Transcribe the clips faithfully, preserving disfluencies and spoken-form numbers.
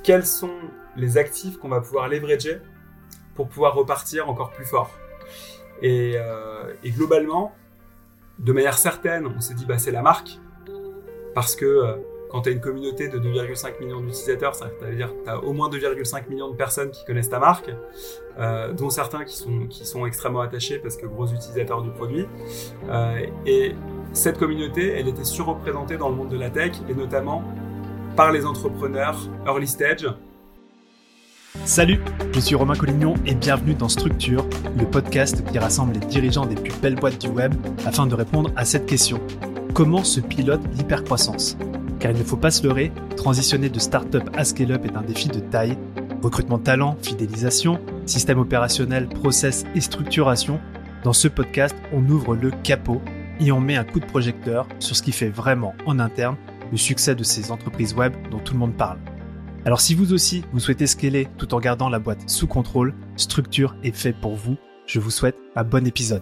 quels sont les actifs qu'on va pouvoir leverager pour pouvoir repartir encore plus fort. Et, euh, et globalement, de manière certaine, on s'est dit bah c'est la marque, parce que euh, quand tu as une communauté de deux virgule cinq millions d'utilisateurs, ça veut dire que tu as au moins deux virgule cinq millions de personnes qui connaissent ta marque, euh, dont certains qui sont, qui sont extrêmement attachés parce que gros utilisateurs du produit. Euh, et cette communauté, elle était surreprésentée dans le monde de la tech, et notamment par les entrepreneurs early stage. Salut, je suis Romain Collignon et bienvenue dans Structure, le podcast qui rassemble les dirigeants des plus belles boîtes du web afin de répondre à cette question. Comment se pilote l'hypercroissance ? Car il ne faut pas se leurrer, transitionner de start-up à scale-up est un défi de taille. Recrutement de talent, fidélisation, système opérationnel, process et structuration. Dans ce podcast, on ouvre le capot et on met un coup de projecteur sur ce qui fait vraiment en interne le succès de ces entreprises web dont tout le monde parle. Alors si vous aussi, vous souhaitez scaler tout en gardant la boîte sous contrôle, Structure est fait pour vous. Je vous souhaite un bon épisode.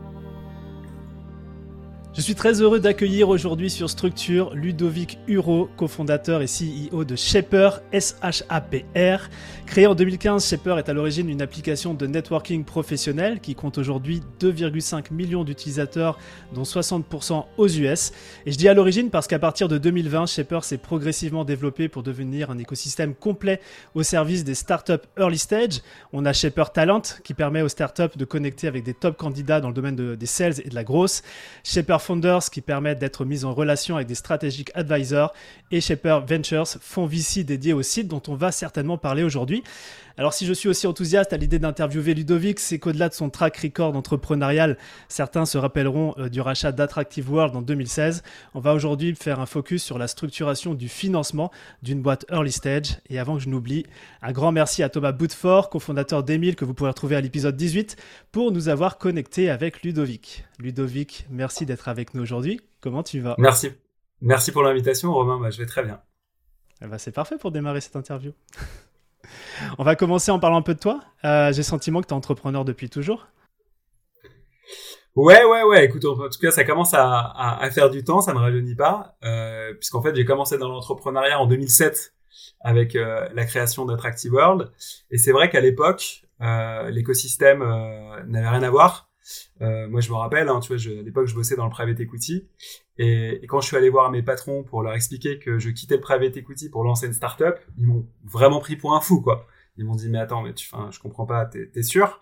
Je suis très heureux d'accueillir aujourd'hui sur Structure Ludovic Huro, cofondateur et C E O de Shaper, S H A P R. Créé en deux mille quinze, Shaper est à l'origine d'une application de networking professionnel qui compte aujourd'hui deux virgule cinq millions d'utilisateurs, dont soixante pour cent aux U S. Et je dis à l'origine parce qu'à partir de deux mille vingt, Shaper s'est progressivement développé pour devenir un écosystème complet au service des startups early stage. On a Shaper Talent qui permet aux startups de connecter avec des top candidats dans le domaine de, des sales et de la grosse. Shaper Founders qui permettent d'être mis en relation avec des strategic advisors, et Shaper Ventures, fonds V C dédié au site dont on va certainement parler aujourd'hui. Alors si je suis aussi enthousiaste à l'idée d'interviewer Ludovic, c'est qu'au-delà de son track record entrepreneurial, certains se rappelleront euh, du rachat d'Attractive World en deux mille seize. On va aujourd'hui faire un focus sur la structuration du financement d'une boîte early stage. Et avant que je n'oublie, un grand merci à Thomas Boutefort, cofondateur d'Emile, que vous pourrez retrouver à l'épisode dix-huit, pour nous avoir connectés avec Ludovic. Ludovic, merci d'être avec nous aujourd'hui. Comment tu vas ? Merci. Merci pour l'invitation, Romain. Bah, je vais très bien. Eh ben, c'est parfait pour démarrer cette interview. On va commencer en parlant un peu de toi. Euh, j'ai le sentiment que tu es entrepreneur depuis toujours. Ouais, ouais, ouais. Écoute, en tout cas, ça commence à, à, à faire du temps, ça me rajeunit pas, euh, puisqu'en fait, j'ai commencé dans l'entrepreneuriat en deux mille sept avec euh, la création d'Attractive World. Et c'est vrai qu'à l'époque, euh, l'écosystème euh, n'avait rien à voir. Euh, moi, je me rappelle, hein, tu vois, je, à l'époque, je bossais dans le private equity. Et, et quand je suis allé voir mes patrons pour leur expliquer que je quittais le private equity pour lancer une startup, ils m'ont vraiment pris pour un fou, quoi. Ils m'ont dit, mais attends, mais tu, enfin, je comprends pas, t'es, t'es sûr?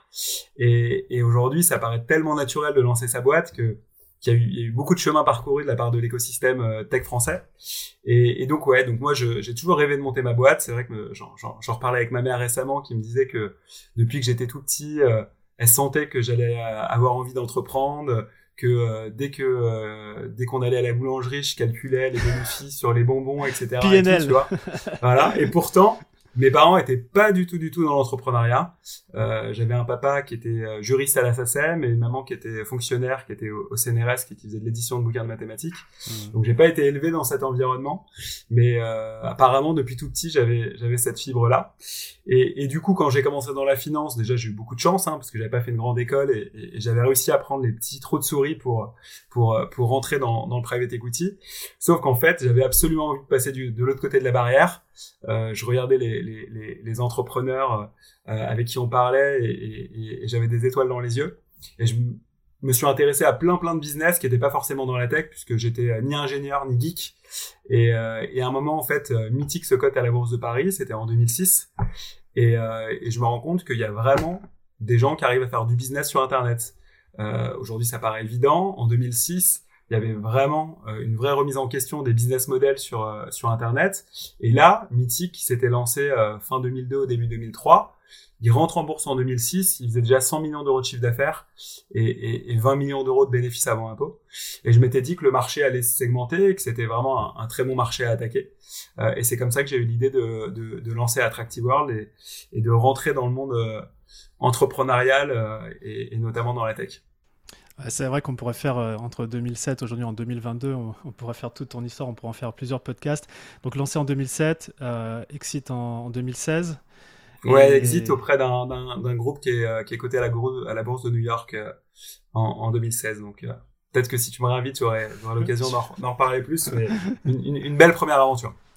Et, et aujourd'hui, ça paraît tellement naturel de lancer sa boîte que, qu'il y a eu, il y a eu beaucoup de chemin parcouru de la part de l'écosystème euh, tech français. Et, et donc, ouais, donc moi, je, j'ai toujours rêvé de monter ma boîte. C'est vrai que me, j'en, j'en, j'en reparlais avec ma mère récemment qui me disait que depuis que j'étais tout petit, euh, elle sentait que j'allais avoir envie d'entreprendre, que euh, dès que euh, dès qu'on allait à la boulangerie, je calculais les bénéfices sur les bonbons, et cetera. P N L. Et tout, tu vois. Voilà. Et pourtant, mes parents étaient pas du tout, du tout dans l'entrepreneuriat. Euh, j'avais un papa qui était juriste à la S A C E M et une maman qui était fonctionnaire, qui était au, au C N R S, qui, qui faisait de l'édition de bouquins de mathématiques. Mmh. Donc, j'ai pas été élevé dans cet environnement, mais euh, apparemment, depuis tout petit, j'avais j'avais cette fibre-là. Et, et du coup, quand j'ai commencé dans la finance, déjà, j'ai eu beaucoup de chance, hein, parce que j'avais pas fait une grande école et, et, et j'avais réussi à prendre les petits trous de souris pour pour pour rentrer dans dans le private equity. Sauf qu'en fait, j'avais absolument envie de passer du, de l'autre côté de la barrière. Euh, je regardais les les les, les entrepreneurs euh, avec qui on parlait et, et, et j'avais des étoiles dans les yeux. Et je me suis intéressé à plein plein de business qui n'étaient pas forcément dans la tech, puisque j'étais ni ingénieur ni geek. Et, euh, et à un moment, en fait, Mythic se cote à la Bourse de Paris, c'était en deux mille six. Et, euh, et je me rends compte qu'il y a vraiment des gens qui arrivent à faire du business sur Internet. Euh, aujourd'hui, ça paraît évident. En deux mille six, il y avait vraiment euh, une vraie remise en question des business models sur euh, sur Internet. Et là, Mythic, qui s'était lancé euh, fin deux mille deux, au début deux mille trois, il rentre en bourse en deux mille six, il faisait déjà cent millions d'euros de chiffre d'affaires et, et, et vingt millions d'euros de bénéfices avant impôt. Et je m'étais dit que le marché allait se segmenter et que c'était vraiment un, un très bon marché à attaquer. Euh, et c'est comme ça que j'ai eu l'idée de, de, de lancer Attractive World et, et de rentrer dans le monde euh, entrepreneurial euh, et, et notamment dans la tech. C'est vrai qu'on pourrait faire euh, entre deux mille sept, aujourd'hui en deux mille vingt-deux, on, on pourrait faire toute ton histoire, on pourrait en faire plusieurs podcasts. Donc lancé en deux mille sept, euh, exit en, en deux mille seize. Ouais, et... exit auprès d'un, d'un, d'un groupe qui est, qui est coté à la, gros, à la bourse de New York euh, en, en deux mille seize. Donc euh, peut-être que si tu me réinvites, tu aurais, tu aurais l'occasion d'en, d'en reparler plus. Mais une, une, une belle première aventure.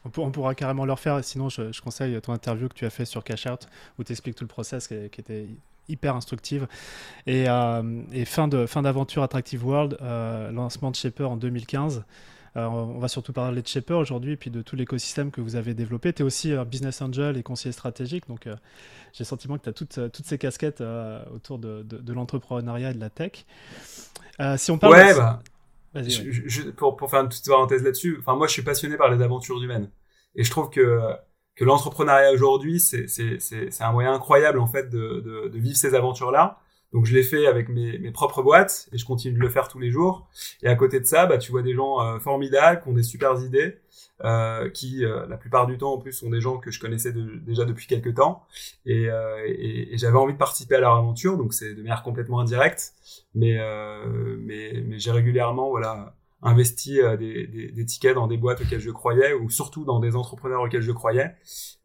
On, pour, on pourra carrément le refaire, sinon je, je conseille ton interview que tu as fait sur Cash Out, où tu expliques tout le process qui, qui était hyper instructive. Et, euh, et fin, de, fin d'aventure Attractive World, euh, lancement de Shaper en deux mille quinze. Euh, on va surtout parler de Shaper aujourd'hui et puis de tout l'écosystème que vous avez développé. Tu es aussi un business angel et conseiller stratégique, donc euh, j'ai le sentiment que tu as toutes, toutes ces casquettes euh, autour de, de, de l'entrepreneuriat et de la tech. Euh, si on parle ouais, de... bah, Vas-y, je, ouais. je, pour, pour faire une petite parenthèse là-dessus, enfin, moi, je suis passionné par les aventures humaines. Et je trouve que, que l'entrepreneuriat aujourd'hui, c'est, c'est, c'est, c'est un moyen incroyable, en fait, de, de, de vivre ces aventures-là. Donc, je l'ai fait avec mes, mes propres boîtes et je continue de le faire tous les jours. Et à côté de ça, bah, tu vois des gens euh, formidables qui ont des super idées, euh, qui, euh, la plupart du temps, en plus, sont des gens que je connaissais de, déjà depuis quelques temps. Et, euh, et, et j'avais envie de participer à leur aventure. Donc, c'est de manière complètement indirecte. Mais, euh, mais, mais j'ai régulièrement, voilà, investi euh, des, des, des tickets dans des boîtes auxquelles je croyais ou surtout dans des entrepreneurs auxquels je croyais.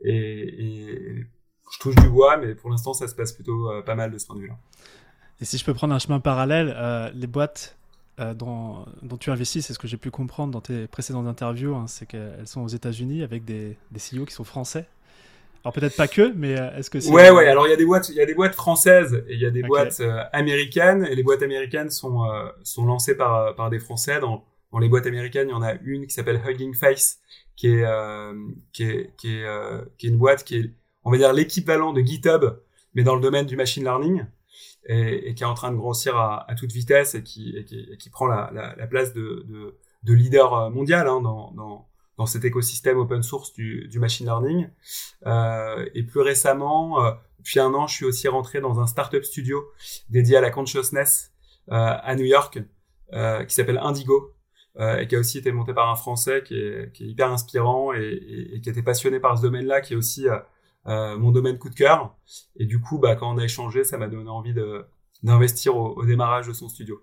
Et, et je touche du bois, mais pour l'instant, ça se passe plutôt euh, pas mal de ce point de vue-là. Et si je peux prendre un chemin parallèle, euh, les boîtes euh, dont, dont tu investis, c'est ce que j'ai pu comprendre dans tes précédentes interviews, hein, c'est qu'elles sont aux États-Unis avec des, des C E O qui sont français. Alors peut-être pas que, mais est-ce que c'est... Ouais, ouais. Alors il y a des boîtes, il y a des boîtes françaises et il y a des okay. boîtes euh, américaines. Et les boîtes américaines sont euh, sont lancées par par des Français. Dans dans les boîtes américaines, il y en a une qui s'appelle Hugging Face, qui est euh, qui est qui est euh, qui est une boîte qui est, on va dire, l'équivalent de GitHub, mais dans le domaine du machine learning. Et, et qui est en train de grossir à, à toute vitesse et qui, et qui, et qui prend la, la, la place de, de, de leader mondial hein, dans, dans, dans cet écosystème open source du, du machine learning. Euh, et plus récemment, euh, depuis un an, je suis aussi rentré dans un startup studio dédié à la consciousness euh, à New York, euh, qui s'appelle Indigo, euh, et qui a aussi été monté par un Français qui est, qui est hyper inspirant et, et, et qui était passionné par ce domaine-là, qui est aussi... Euh, Euh, mon domaine coup de cœur. Et du coup, bah, quand on a échangé, ça m'a donné envie de, d'investir au, au démarrage de son studio.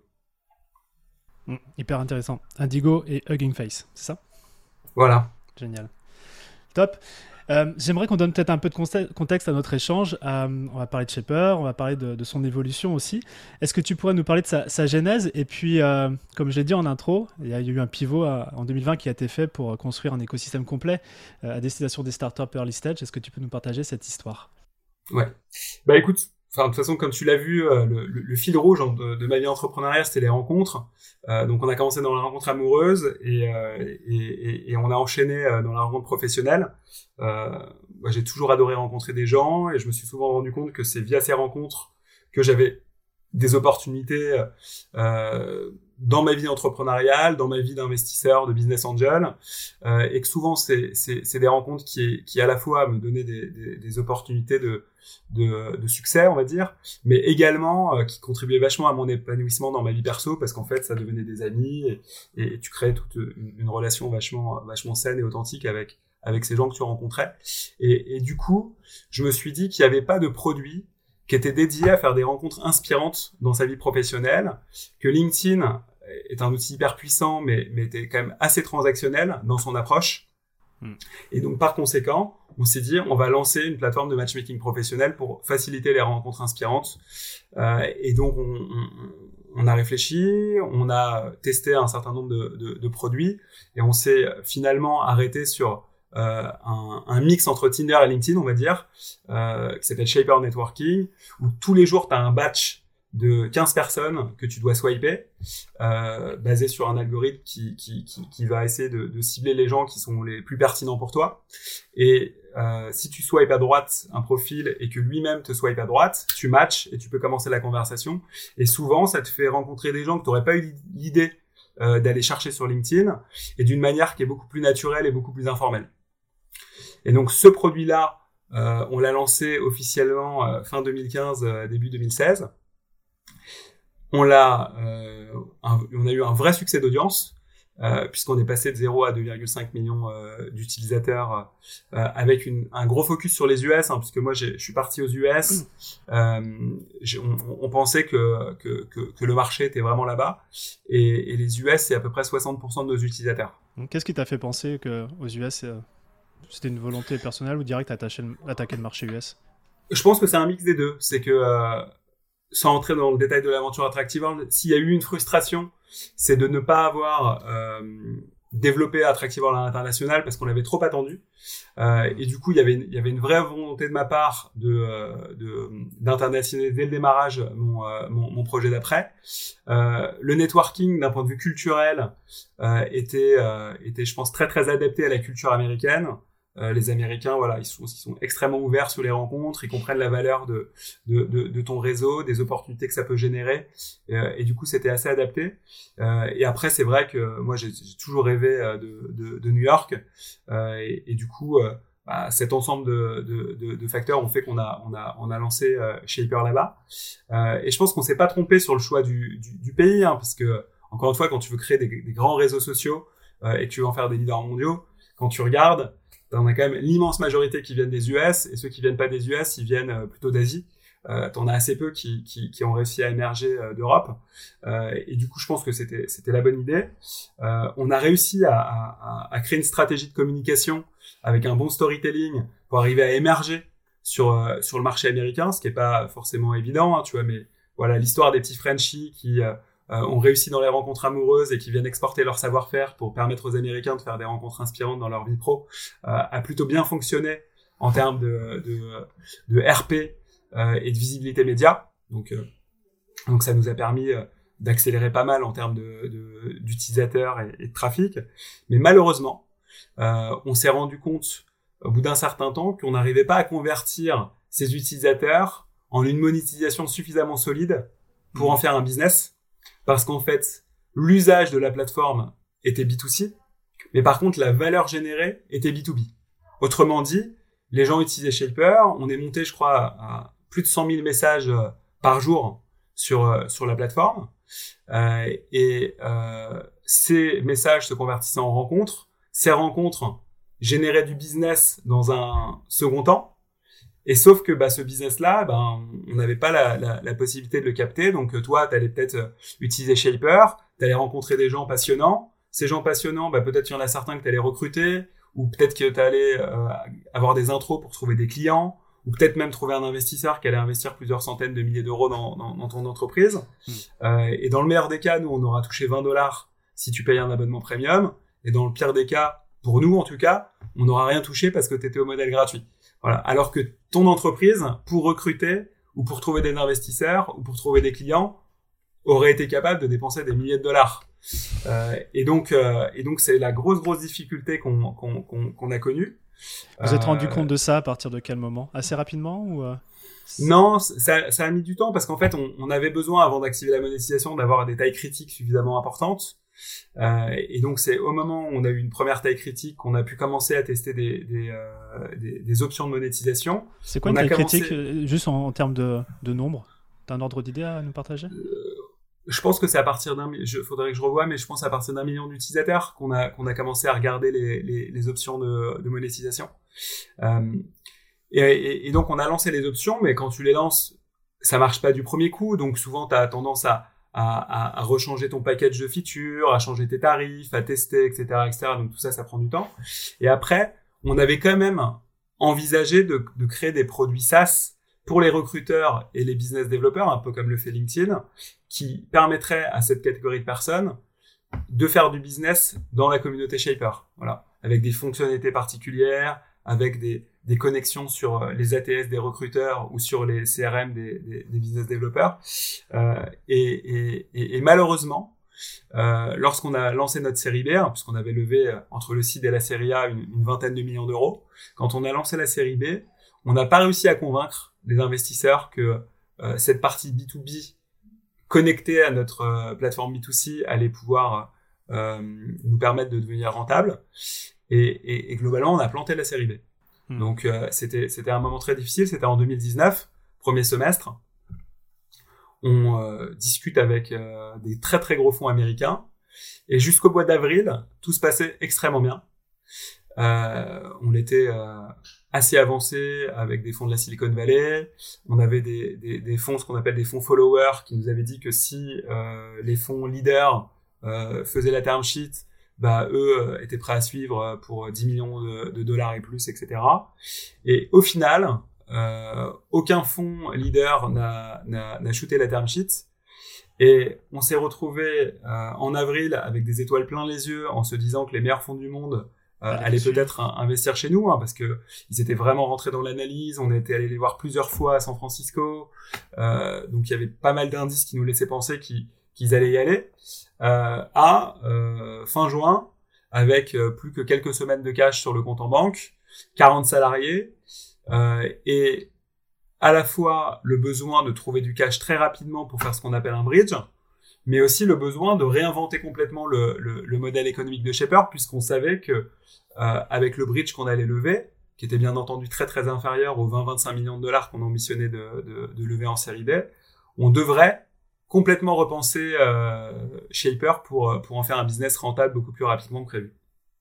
Mmh, hyper intéressant. Indigo et Hugging Face, c'est ça ? Voilà. Génial. Top. Euh, j'aimerais qu'on donne peut-être un peu de contexte à notre échange. Euh, on va parler de Shaper, on va parler de, de son évolution aussi. Est-ce que tu pourrais nous parler de sa, sa genèse ? Et puis, euh, comme je l'ai dit en intro, il y a eu un pivot à, en deux mille vingt qui a été fait pour construire un écosystème complet euh, à destination des startups early stage. Est-ce que tu peux nous partager cette histoire ? Ouais. Bah écoute, enfin, de toute façon, comme tu l'as vu, euh, le, le, le fil rouge de, de ma vie entrepreneuriale, c'était les rencontres. Euh, donc, on a commencé dans la rencontre amoureuse et, euh, et, et, et on a enchaîné euh, dans la rencontre professionnelle. Euh, moi, j'ai toujours adoré rencontrer des gens et je me suis souvent rendu compte que c'est via ces rencontres que j'avais des opportunités euh, dans ma vie entrepreneuriale, dans ma vie d'investisseur, de business angel, euh, et que souvent c'est, c'est, c'est des rencontres qui, qui à la fois me donnaient des, des, des opportunités de, de, de succès, on va dire, mais également euh, qui contribuaient vachement à mon épanouissement dans ma vie perso, parce qu'en fait ça devenait des amis et, et tu crées toute une, une relation vachement, vachement saine et authentique avec avec ces gens que tu rencontrais. Et, et du coup, je me suis dit qu'il n'y avait pas de produit qui était dédié à faire des rencontres inspirantes dans sa vie professionnelle, que LinkedIn est un outil hyper puissant, mais, mais était quand même assez transactionnel dans son approche. Mm. Et donc, par conséquent, on s'est dit, on va lancer une plateforme de matchmaking professionnel pour faciliter les rencontres inspirantes. Euh, et donc, on, on, on a réfléchi, on a testé un certain nombre de, de, de produits, et on s'est finalement arrêté sur Euh, un, un mix entre Tinder et LinkedIn, on va dire, euh, qui s'appelle Shaper Networking, où tous les jours, tu as un batch de quinze personnes que tu dois swiper, euh, basé sur un algorithme qui, qui, qui, qui va essayer de, de cibler les gens qui sont les plus pertinents pour toi. Et euh, si tu swipes à droite un profil et que lui-même te swipe à droite, tu matches et tu peux commencer la conversation. Et souvent, ça te fait rencontrer des gens que tu n'aurais pas eu l'idée euh, d'aller chercher sur LinkedIn, et d'une manière qui est beaucoup plus naturelle et beaucoup plus informelle. Et donc, ce produit-là, euh, on l'a lancé officiellement euh, fin deux mille quinze, euh, début deux mille seize. On l'a, euh, un, on a eu un vrai succès d'audience, euh, puisqu'on est passé de zéro à deux virgule cinq millions euh, d'utilisateurs, euh, avec une, un gros focus sur les U S, hein, puisque moi, j'ai, je suis parti aux U S. Euh, j'ai, on, on pensait que, que, que, que le marché était vraiment là-bas. Et, et les U S, c'est à peu près soixante pour cent de nos utilisateurs. Qu'est-ce qui t'a fait penser qu'aux U S... Euh... C'était une volonté personnelle ou direct attaquer le, attaquer le marché U S ? Je pense que c'est un mix des deux. C'est que, euh, sans entrer dans le détail de l'aventure Attractive World, s'il y a eu une frustration, c'est de ne pas avoir euh, développer attractivement à l'international parce qu'on l'avait trop attendu. Euh, et du coup, il y avait, il y avait une vraie volonté de ma part de, euh, de, d'internationaliser dès le démarrage mon, euh, mon, mon projet d'après. Euh, le networking, d'un point de vue culturel, euh, était, euh, était, je pense, très, très adapté à la culture américaine. Euh, les Américains, voilà, ils sont, ils sont extrêmement ouverts sur les rencontres, ils comprennent la valeur de, de, de, de ton réseau, des opportunités que ça peut générer, et, euh, et du coup, c'était assez adapté. Euh, et après, c'est vrai que moi, j'ai, j'ai toujours rêvé de, de, de New York, euh, et, et du coup, euh, bah, cet ensemble de, de, de, de facteurs ont fait qu'on a, on a, on a lancé euh, Shaper là-bas. Euh, et je pense qu'on s'est pas trompé sur le choix du, du, du pays, hein, parce que encore une fois, quand tu veux créer des, des grands réseaux sociaux euh, et que tu veux en faire des leaders mondiaux, quand tu regardes, on a quand même l'immense majorité qui viennent des U S, et ceux qui viennent pas des U S, ils viennent euh, plutôt d'Asie. Euh, t'en as assez peu qui, qui, qui ont réussi à émerger euh, d'Europe. Euh, et du coup, je pense que c'était, c'était la bonne idée. Euh, on a réussi à, à, à créer une stratégie de communication avec un bon storytelling pour arriver à émerger sur, euh, sur le marché américain, ce qui est pas forcément évident, hein, tu vois, mais voilà, l'histoire des petits Frenchies qui euh, Euh, ont réussi dans les rencontres amoureuses et qui viennent exporter leur savoir-faire pour permettre aux Américains de faire des rencontres inspirantes dans leur vie pro, euh, a plutôt bien fonctionné en termes de, de, de R P euh, et de visibilité média. Donc, euh, donc ça nous a permis euh, d'accélérer pas mal en termes de, de, d'utilisateurs et, et de trafic. Mais malheureusement, euh, on s'est rendu compte au bout d'un certain temps qu'on n'arrivait pas à convertir ces utilisateurs en une monétisation suffisamment solide pour en faire un business. Parce qu'en fait, l'usage de la plateforme était B deux C, mais par contre, la valeur générée était B deux B. Autrement dit, les gens utilisaient Shaper, on est monté, je crois, à plus de cent mille messages par jour sur, sur la plateforme, euh, et euh, ces messages se convertissaient en rencontres, ces rencontres généraient du business dans un second temps, et sauf que bah, ce business-là, ben, on n'avait pas la, la, la possibilité de le capter. Donc toi, tu allais peut-être utiliser Shaper, tu allais rencontrer des gens passionnants. Ces gens passionnants, bah, peut-être il y en a certains que tu allais recruter, ou peut-être que tu allais euh, avoir des intros pour trouver des clients, ou peut-être même trouver un investisseur qui allait investir plusieurs centaines de milliers d'euros dans, dans, dans ton entreprise. Mmh. Euh, et dans le meilleur des cas, nous, on aura touché vingt dollars si tu payes un abonnement premium. Et dans le pire des cas, pour nous en tout cas, on n'aura rien touché parce que tu étais au modèle gratuit. Voilà. Alors que ton entreprise, pour recruter ou pour trouver des investisseurs ou pour trouver des clients, aurait été capable de dépenser des milliers de dollars. Euh, et donc, euh, et donc, c'est la grosse, grosse difficulté qu'on, qu'on, qu'on, qu'on a connue. Vous vous êtes rendu compte de ça à partir de quel moment ? Assez rapidement ou euh... Non, ça, ça a mis du temps parce qu'en fait, on, on avait besoin, avant d'activer la monétisation, d'avoir des tailles critiques suffisamment importantes. Euh, et donc, c'est au moment où on a eu une première taille critique qu'on a pu commencer à tester des, des, euh, des, des options de monétisation. C'est quoi on une taille commencé... critique, juste en, en termes de, de nombre ? T'as un ordre d'idée à nous partager ? euh, Je pense que c'est à partir d'un... Il faudrait que je revoie, mais je pense à partir d'un million d'utilisateurs qu'on a, qu'on a commencé à regarder les, les, les options de, de monétisation. Euh, et, et, et donc, on a lancé les options, mais quand tu les lances, ça marche pas du premier coup. Donc, souvent, tu as tendance à À, à, à rechanger ton package de features, à changer tes tarifs, à tester, et cetera, et cetera. Donc tout ça, ça prend du temps. Et après, on avait quand même envisagé de, de créer des produits SaaS pour les recruteurs et les business développeurs, un peu comme le fait LinkedIn, qui permettraient à cette catégorie de personnes de faire du business dans la communauté Shaper. Voilà, avec des fonctionnalités particulières, avec des, des connexions sur les A T S des recruteurs ou sur les C R M des, des, des business développeurs. Euh, et, et, et, et malheureusement, euh, lorsqu'on a lancé notre série B, hein, puisqu'on avait levé euh, entre le seed et la série A une, une vingtaine de millions d'euros, quand on a lancé la série B, on n'a pas réussi à convaincre les investisseurs que euh, cette partie B deux B connectée à notre euh, plateforme B deux C allait pouvoir euh, nous permettre de devenir rentable. Et, et, et globalement, on a planté la série B. Mmh. Donc, euh, c'était, c'était un moment très difficile. C'était en deux mille dix-neuf, premier semestre. On euh, discute avec euh, des très, très gros fonds américains. Et jusqu'au mois d'avril, tout se passait extrêmement bien. Euh, on était euh, assez avancé avec des fonds de la Silicon Valley. On avait des, des, des fonds, ce qu'on appelle des fonds followers, qui nous avaient dit que si euh, les fonds leaders euh, faisaient la term sheet, bah eux euh, étaient prêts à suivre pour dix millions de, de dollars et plus, et cetera. Et au final, euh, aucun fonds leader n'a, n'a, n'a shooté la term sheet. Et on s'est retrouvé euh, en avril avec des étoiles plein les yeux en se disant que les meilleurs fonds du monde euh, allaient peut-être hein, investir chez nous, hein, parce que ils étaient vraiment rentrés dans l'analyse. On était allé les voir plusieurs fois à San Francisco, euh, donc il y avait pas mal d'indices qui nous laissaient penser qu'ils, qu'ils allaient y aller. Euh, à euh, fin juin, avec euh, plus que quelques semaines de cash sur le compte en banque, quarante salariés, euh, et à la fois le besoin de trouver du cash très rapidement pour faire ce qu'on appelle un bridge, mais aussi le besoin de réinventer complètement le, le, le modèle économique de Shaper, puisqu'on savait que euh, avec le bridge qu'on allait lever, qui était bien entendu très très inférieur aux vingt à vingt-cinq millions de dollars qu'on ambitionnait de, de, de lever en série D, on devrait complètement repenser euh, Shaper pour, pour en faire un business rentable beaucoup plus rapidement que prévu.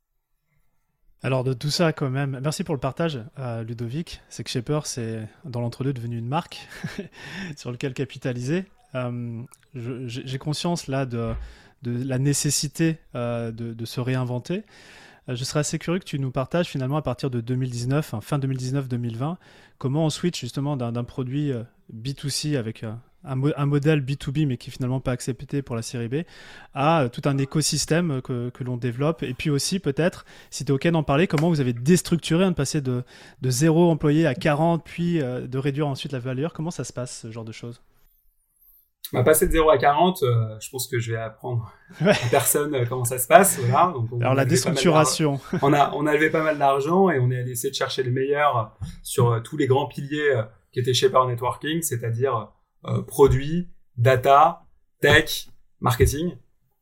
Alors de tout ça quand même, merci pour le partage euh, Ludovic, c'est que Shaper c'est dans l'entre-deux devenu une marque sur laquelle capitaliser. Euh, je, j'ai conscience là de, de la nécessité euh, de, de se réinventer. Euh, je serais assez curieux que tu nous partages finalement à partir de deux mille dix-neuf, hein, fin deux mille dix-neuf deux mille vingt, comment on switch justement d'un, d'un produit euh, B deux C avec... Euh, Un, mo- un modèle B deux B mais qui est finalement pas accepté pour la série B, à euh, tout un écosystème que, que l'on développe. Et puis aussi peut-être, si tu es OK d'en parler, comment vous avez déstructuré, hein, de passer de, de zéro employé à quarante, puis euh, de réduire ensuite la valeur. Comment ça se passe, ce genre de choses? Bah, passer de zéro à quarante, euh, je pense que je vais apprendre Ouais. à personne euh, comment ça se passe. Voilà. Donc, on Alors a la levé pas mal déstructuration. d'ar- on a, on a levé pas mal d'argent et on est allé essayer de chercher les meilleurs sur euh, tous les grands piliers euh, qui étaient Shaper Networking, c'est-à-dire euh, produits, data, tech, marketing,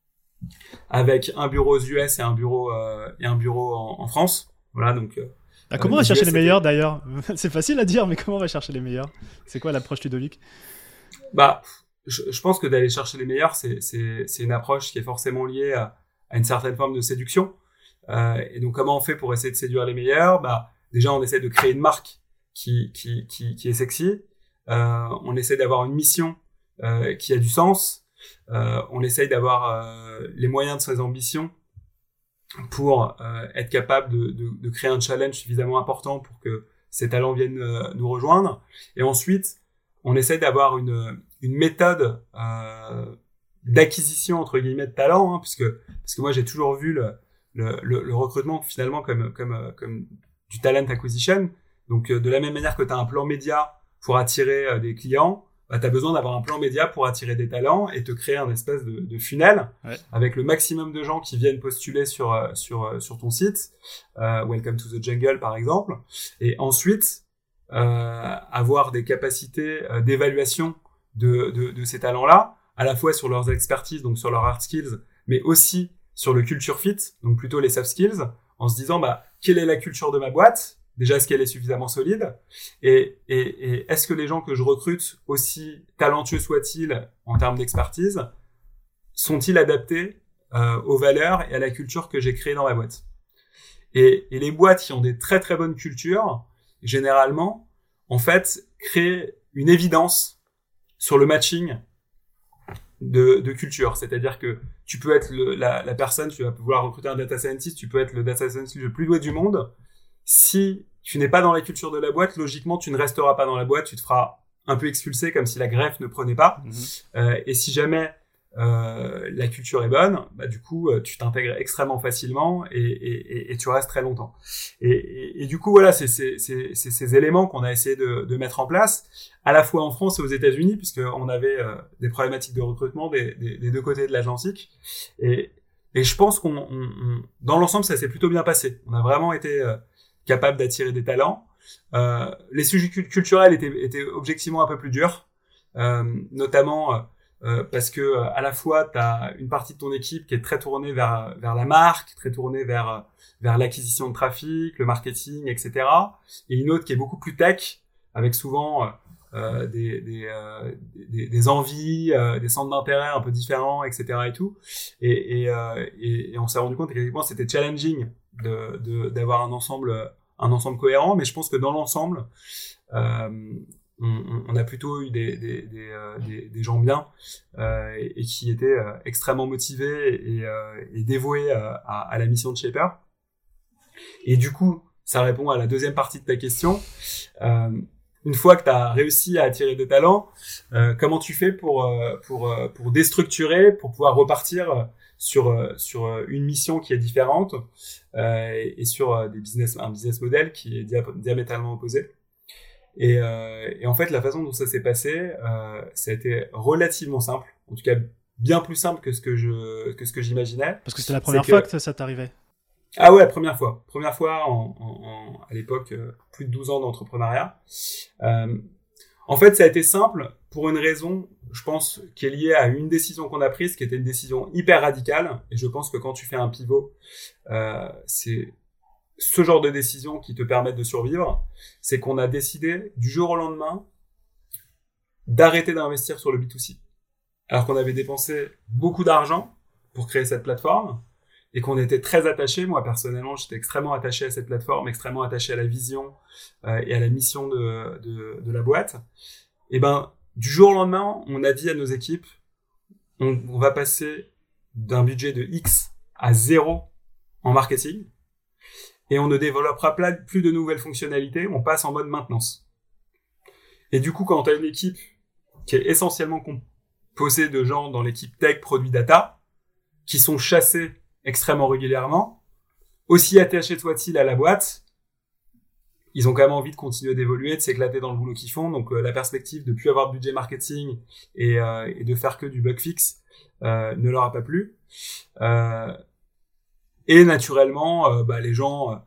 avec un bureau aux U S et un bureau euh, et un bureau en, en France. Voilà, donc. Euh, Ah, comment on va chercher les meilleurs d'ailleurs? C'est facile à dire, mais comment on va chercher les meilleurs? C'est quoi l'approche Ludovic? Bah, je, je pense que d'aller chercher les meilleurs, c'est c'est c'est une approche qui est forcément liée à, à une certaine forme de séduction. Euh, et donc, comment on fait pour essayer de séduire les meilleurs? Bah, déjà, on essaie de créer une marque qui qui qui qui est sexy. Euh, on essaie d'avoir une mission euh, qui a du sens. Euh, on essaye d'avoir euh, les moyens de ses ambitions pour euh, être capable de, de, de créer un challenge suffisamment important pour que ces talents viennent euh, nous rejoindre. Et ensuite, on essaie d'avoir une, une méthode euh, d'acquisition entre guillemets de talents, hein, puisque parce que moi j'ai toujours vu le, le, le, le recrutement finalement comme comme comme du talent acquisition. Donc euh, de la même manière que tu as un plan média pour attirer euh, des clients, bah, tu as besoin d'avoir un plan média pour attirer des talents et te créer un espèce de, de funnel, ouais, avec le maximum de gens qui viennent postuler sur euh, sur euh, sur ton site, euh, Welcome to the Jungle par exemple, et ensuite euh, avoir des capacités euh, d'évaluation de, de de ces talents-là, à la fois sur leurs expertises, donc sur leurs hard skills, mais aussi sur le culture fit, donc plutôt les soft skills, en se disant bah quelle est la culture de ma boîte? Déjà, est-ce qu'elle est suffisamment solide? Et, et, et est-ce que les gens que je recrute, aussi talentueux soient-ils en termes d'expertise, sont-ils adaptés euh, aux valeurs et à la culture que j'ai créée dans ma boîte? Et, et les boîtes qui ont des très très bonnes cultures, généralement, en fait, créent une évidence sur le matching de, de culture. C'est-à-dire que tu peux être le, la, la personne, tu vas vouloir recruter un data scientist, tu peux être le data scientist le plus doué du monde. Si tu n'es pas dans la culture de la boîte, logiquement, tu ne resteras pas dans la boîte, tu te feras un peu expulser comme si la greffe ne prenait pas. Mmh. Euh, et si jamais euh, la culture est bonne, bah, du coup, tu t'intègres extrêmement facilement et, et, et tu restes très longtemps. Et, et, et du coup, voilà, c'est, c'est, c'est, c'est ces éléments qu'on a essayé de, de mettre en place, à la fois en France et aux États-Unis, puisqu'on avait euh, des problématiques de recrutement des, des, des deux côtés de l'Atlantique. Et, et je pense qu'on, on, on, dans l'ensemble, ça s'est plutôt bien passé. On a vraiment été euh, capable d'attirer des talents. Euh, les sujets culturels étaient, étaient objectivement un peu plus durs, euh, notamment euh, parce que à la fois tu as une partie de ton équipe qui est très tournée vers vers la marque, très tournée vers vers l'acquisition de trafic, le marketing, et cetera. Et une autre qui est beaucoup plus tech, avec souvent euh, des des, euh, des des envies, euh, des centres d'intérêt un peu différents, et cetera. Et tout. Et et, euh, et, et on s'est rendu compte qu'effectivement c'était challenging de, de d'avoir un ensemble un ensemble cohérent, mais je pense que dans l'ensemble euh, on, on a plutôt eu des des des, euh, des, des gens bien euh, et, et qui étaient euh, extrêmement motivés et, euh, et dévoués à, à, à la mission de Shaper. Et du coup ça répond à la deuxième partie de ta question. Euh, une fois que tu as réussi à attirer des talents, euh, comment tu fais pour euh, pour euh, pour déstructurer, pour pouvoir repartir sur euh, sur une mission qui est différente euh, et, et sur euh, des business un business model qui est dia- diamétralement opposé. Et, euh, et en fait, la façon dont ça s'est passé, euh, ça a été relativement simple, en tout cas bien plus simple que ce que je que ce que j'imaginais. Parce que c'était la première C'est fois que... que ça t'arrivait. Ah ouais, première fois. Première fois en, en, en, à l'époque, euh, plus de douze ans d'entrepreneuriat. Euh, en fait, ça a été simple pour une raison, je pense, qui est liée à une décision qu'on a prise, qui était une décision hyper radicale. Et je pense que quand tu fais un pivot, euh, c'est ce genre de décision qui te permettent de survivre. C'est qu'on a décidé du jour au lendemain d'arrêter d'investir sur le B deux C. Alors qu'on avait dépensé beaucoup d'argent pour créer cette plateforme. Et qu'on était très attaché, moi personnellement, j'étais extrêmement attaché à cette plateforme, extrêmement attaché à la vision euh, et à la mission de, de, de la boîte. Et ben, du jour au lendemain, on a dit à nos équipes, on, on va passer d'un budget de X à zéro en marketing, et on ne développera plus de nouvelles fonctionnalités, on passe en mode maintenance. Et du coup, quand tu as une équipe qui est essentiellement composée de gens dans l'équipe tech, produit, data, qui sont chassés extrêmement régulièrement, aussi attachés soit-il à la boîte, ils ont quand même envie de continuer d'évoluer, de s'éclater dans le boulot qu'ils font. Donc euh, la perspective de ne plus avoir de budget marketing et, euh, et de faire que du bug fix euh, ne leur a pas plu. Euh, et naturellement, euh, bah, les gens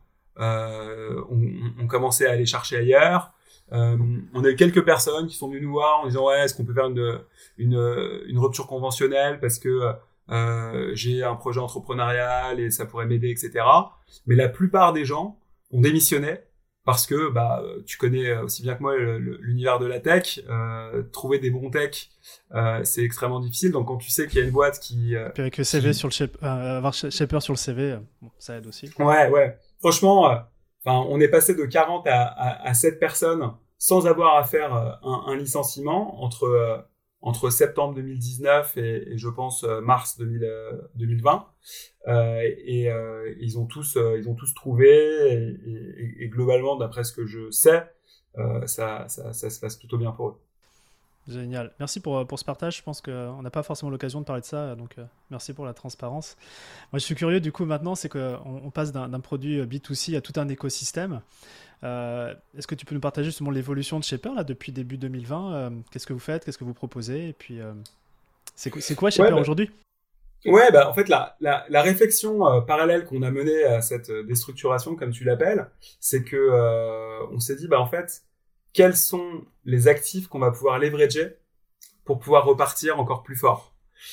euh, ont, ont commencé à aller chercher ailleurs. Euh, on a eu quelques personnes qui sont venues nous voir en disant ouais, est-ce qu'on peut faire une, une, une rupture conventionnelle parce que Euh, j'ai un projet entrepreneurial et ça pourrait m'aider, et cetera. Mais la plupart des gens ont démissionné parce que bah tu connais aussi bien que moi le, le, l'univers de la tech. Euh, trouver des bons techs, euh, c'est extrêmement difficile. Donc quand tu sais qu'il y a une boîte qui euh, puis avec le C V qui... sur le shape, euh, avoir Shaper sur le C V, euh, bon, ça aide aussi. Ouais, ouais. Franchement, euh, enfin, on est passé de quarante à, à, à sept personnes sans avoir à faire un, un licenciement entre euh, entre septembre deux mille dix-neuf et, et je pense euh, mars deux mille, euh, deux mille vingt. Euh, et euh, ils ont tous euh, ils ont tous trouvé et, et, et globalement d'après ce que je sais euh, ça, ça ça se passe plutôt bien pour eux. Génial, merci pour, pour ce partage. Je pense qu'on n'a pas forcément l'occasion de parler de ça, donc euh, merci pour la transparence. Moi je suis curieux du coup maintenant, c'est qu'on on passe d'un, d'un produit B deux C à tout un écosystème. Euh, est-ce que tu peux nous partager justement l'évolution de Shaper là, depuis début deux mille vingt? euh, Qu'est-ce que vous faites? Qu'est-ce que vous proposez? Et puis, euh, c'est, c'est quoi Shaper ouais, bah, aujourd'hui? Ouais, bah, en fait, la, la, la réflexion euh, parallèle qu'on a menée à cette déstructuration, comme tu l'appelles, c'est que euh, on s'est dit, bah, en fait, quels sont les actifs qu'on va pouvoir leverager pour pouvoir repartir encore plus fort?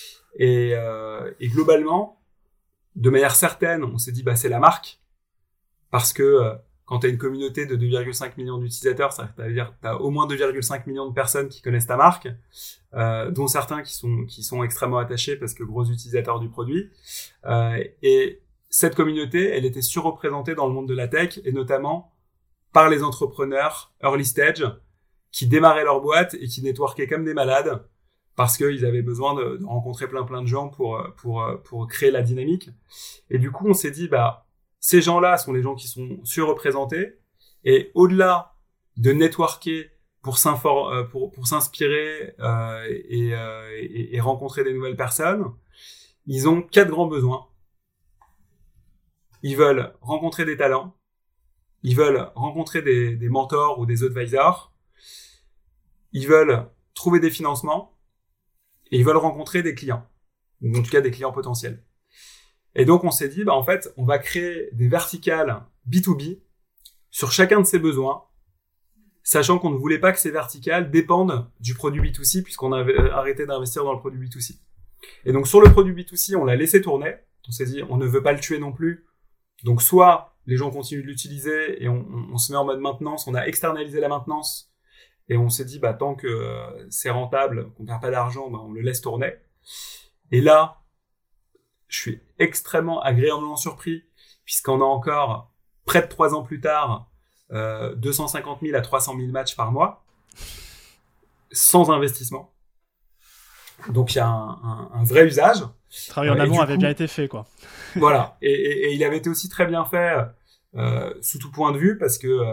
Et, euh, et globalement, de manière certaine, on s'est dit, bah, c'est la marque, parce que euh, quand tu as une communauté de deux virgule cinq millions d'utilisateurs, ça veut dire que tu as au moins deux virgule cinq millions de personnes qui connaissent ta marque, euh, dont certains qui sont, qui sont extrêmement attachés parce que gros utilisateurs du produit. Euh, et cette communauté, elle était surreprésentée dans le monde de la tech, et notamment par les entrepreneurs early stage qui démarraient leur boîte et qui networkaient comme des malades parce qu'ils avaient besoin de, de rencontrer plein plein de gens pour, pour, pour créer la dynamique. Et du coup, on s'est dit, bah, ces gens-là sont les gens qui sont surreprésentés, et au-delà de networker pour, s'infor- pour, pour s'inspirer euh, et, euh, et, et rencontrer des nouvelles personnes, ils ont quatre grands besoins. Ils veulent rencontrer des talents, ils veulent rencontrer des, des mentors ou des advisors, ils veulent trouver des financements, et ils veulent rencontrer des clients, ou en tout cas des clients potentiels. Et donc, on s'est dit, bah, en fait, on va créer des verticales B deux B sur chacun de ces besoins, sachant qu'on ne voulait pas que ces verticales dépendent du produit B deux C, puisqu'on avait arrêté d'investir dans le produit B deux C. Et donc, sur le produit B deux C, on l'a laissé tourner. On s'est dit, on ne veut pas le tuer non plus. Donc, soit les gens continuent de l'utiliser et on, on, on se met en mode maintenance, on a externalisé la maintenance, et on s'est dit, bah, tant que euh, c'est rentable, qu'on perd pas d'argent, bah, on le laisse tourner. Et là, je suis extrêmement agréablement surpris, puisqu'on a encore, près de trois ans plus tard, euh, deux cent cinquante mille à trois cent mille matchs par mois, sans investissement. Donc, il y a un, un, un vrai usage. Le travail en euh, amont avait coup, bien été fait, quoi. Voilà. Et, et, et il avait été aussi très bien fait, euh, sous tout point de vue, parce que euh,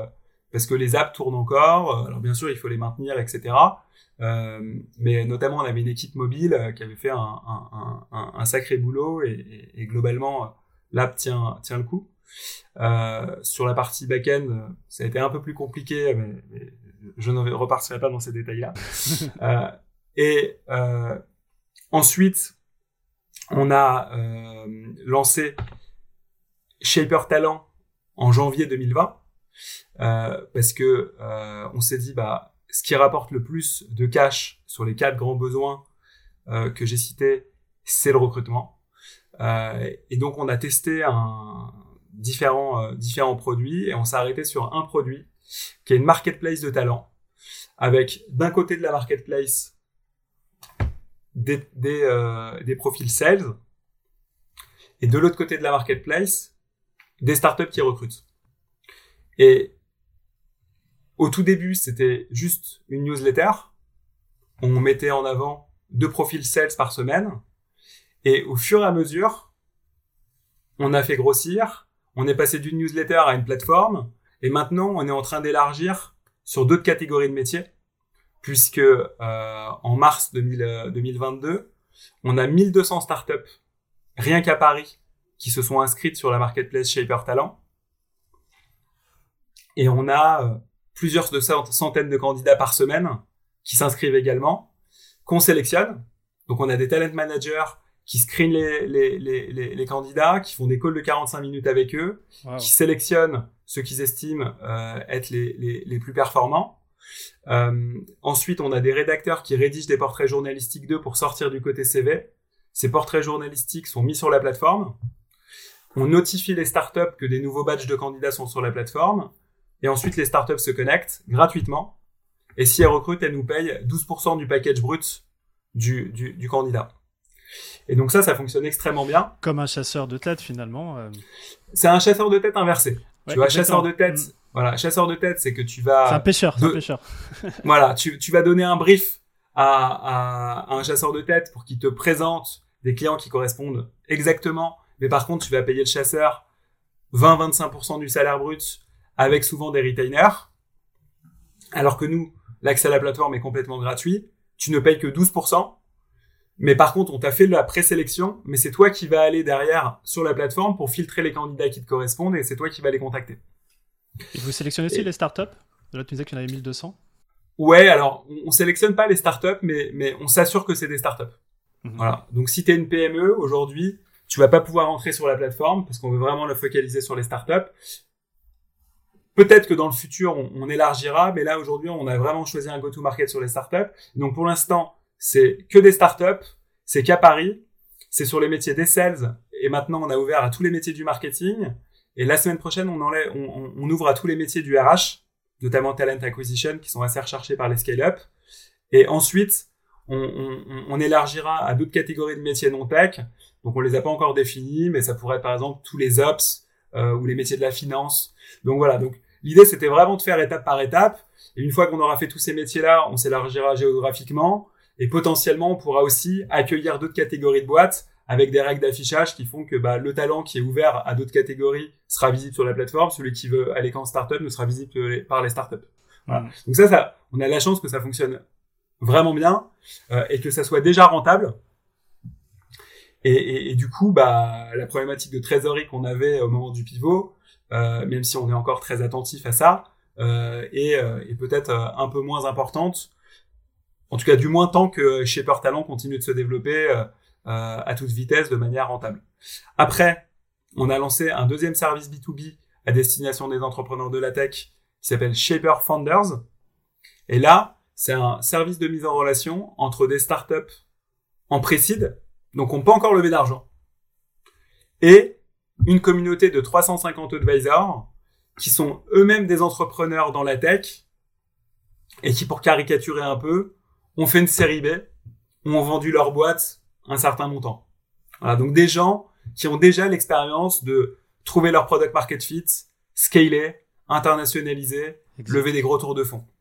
parce que les apps tournent encore. Alors bien sûr, il faut les maintenir, et cetera. Euh, mais notamment, on avait une équipe mobile euh, qui avait fait un, un, un, un sacré boulot et, et, et globalement, euh, l'app tient, tient le coup. Euh, sur la partie back-end, euh, ça a été un peu plus compliqué, mais, mais je ne repartirai pas dans ces détails-là. euh, et euh, ensuite, on a euh, lancé Shaper Talent en janvier deux mille vingt euh, parce que euh, on s'est dit bah ce qui rapporte le plus de cash sur les quatre grands besoins euh, que j'ai cités, c'est le recrutement. Euh, et donc on a testé un, différents euh, différents produits et on s'est arrêté sur un produit qui est une marketplace de talent avec d'un côté de la marketplace des des, euh, des profils sales et de l'autre côté de la marketplace des startups qui recrutent. Et au tout début, c'était juste une newsletter. On mettait en avant deux profils sales par semaine. Et au fur et à mesure, on a fait grossir. On est passé d'une newsletter à une plateforme. Et maintenant, on est en train d'élargir sur d'autres catégories de métiers. Puisque euh, en mars deux mille vingt-deux, on a mille deux cents startups, rien qu'à Paris, qui se sont inscrites sur la marketplace Shaper Talent. Et on a euh, plusieurs de centaines de candidats par semaine qui s'inscrivent également, qu'on sélectionne. Donc on a des talent managers qui screenent les, les, les, les, les candidats, qui font des calls de quarante-cinq minutes avec eux, wow. qui sélectionnent ceux qu'ils estiment euh, être les, les, les plus performants. Euh, ensuite, on a des rédacteurs qui rédigent des portraits journalistiques d'eux pour sortir du côté C V. Ces portraits journalistiques sont mis sur la plateforme. On notifie les startups que des nouveaux badges de candidats sont sur la plateforme. Et ensuite, les startups se connectent gratuitement. Et si elles recrutent, elles nous payent douze pour cent du package brut du, du, du candidat. Et donc ça, ça fonctionne extrêmement bien. Comme un chasseur de tête, finalement. Euh... C'est un chasseur de tête inversé. Ouais, tu vois, exactement. chasseur de tête. Mmh. Voilà, chasseur de tête, c'est que tu vas... C'est un pêcheur, de... c'est un pêcheur. Voilà, tu, tu vas donner un brief à, à, à un chasseur de tête pour qu'il te présente des clients qui correspondent exactement. Mais par contre, tu vas payer le chasseur vingt à vingt-cinq pour cent du salaire brut avec souvent des retainers. Alors que nous, l'accès à la plateforme est complètement gratuit. Tu ne payes que douze pour cent. Mais par contre, on t'a fait la présélection, mais c'est toi qui vas aller derrière sur la plateforme pour filtrer les candidats qui te correspondent et c'est toi qui vas les contacter. Et vous sélectionnez aussi et... les startups ? Là, tu disais qu'il y en avait mille deux cents. Ouais, alors, on, on sélectionne pas les startups, mais, mais on s'assure que c'est des startups. Mmh. Voilà. Donc, si t'es une P M E, aujourd'hui, tu vas pas pouvoir entrer sur la plateforme parce qu'on veut vraiment la focaliser sur les startups. Peut-être que dans le futur, on, on élargira, mais là, aujourd'hui, on a vraiment choisi un go-to-market sur les startups. Donc, pour l'instant, c'est que des startups, c'est qu'à Paris, c'est sur les métiers des sales, et maintenant, on a ouvert à tous les métiers du marketing. Et la semaine prochaine, on, enlève, on, on ouvre à tous les métiers du R H, notamment Talent Acquisition, qui sont assez recherchés par les scale-up. Et ensuite, on, on, on élargira à d'autres catégories de métiers non-tech. Donc, on les a pas encore définis, mais ça pourrait être, par exemple, tous les ops euh, ou les métiers de la finance. Donc, voilà. Donc, l'idée, c'était vraiment de faire étape par étape. Et une fois qu'on aura fait tous ces métiers-là, on s'élargira géographiquement. Et potentiellement, on pourra aussi accueillir d'autres catégories de boîtes avec des règles d'affichage qui font que bah, le talent qui est ouvert à d'autres catégories sera visible sur la plateforme. Celui qui veut aller qu'en startup ne sera visible que par les startups. Voilà. Mmh. Donc ça, ça, on a la chance que ça fonctionne vraiment bien euh, et que ça soit déjà rentable. Et, et, et du coup, bah, la problématique de trésorerie qu'on avait au moment du pivot, euh, même si on est encore très attentif à ça, euh, est, euh, est peut-être euh, un peu moins importante. En tout cas, du moins tant que Shaper Talent continue de se développer euh, euh, à toute vitesse de manière rentable. Après, on a lancé un deuxième service B deux B à destination des entrepreneurs de la tech qui s'appelle Shaper Founders. Et là, c'est un service de mise en relation entre des startups en pré-seed, donc on ne peut pas encore lever d'argent, et une communauté de trois cent cinquante advisors qui sont eux-mêmes des entrepreneurs dans la tech et qui, pour caricaturer un peu, ont fait une série B, ont vendu leur boîte un certain montant. Voilà, donc des gens qui ont déjà l'expérience de trouver leur product market fit, scaler, internationaliser, exact. Lever des gros tours de fonds.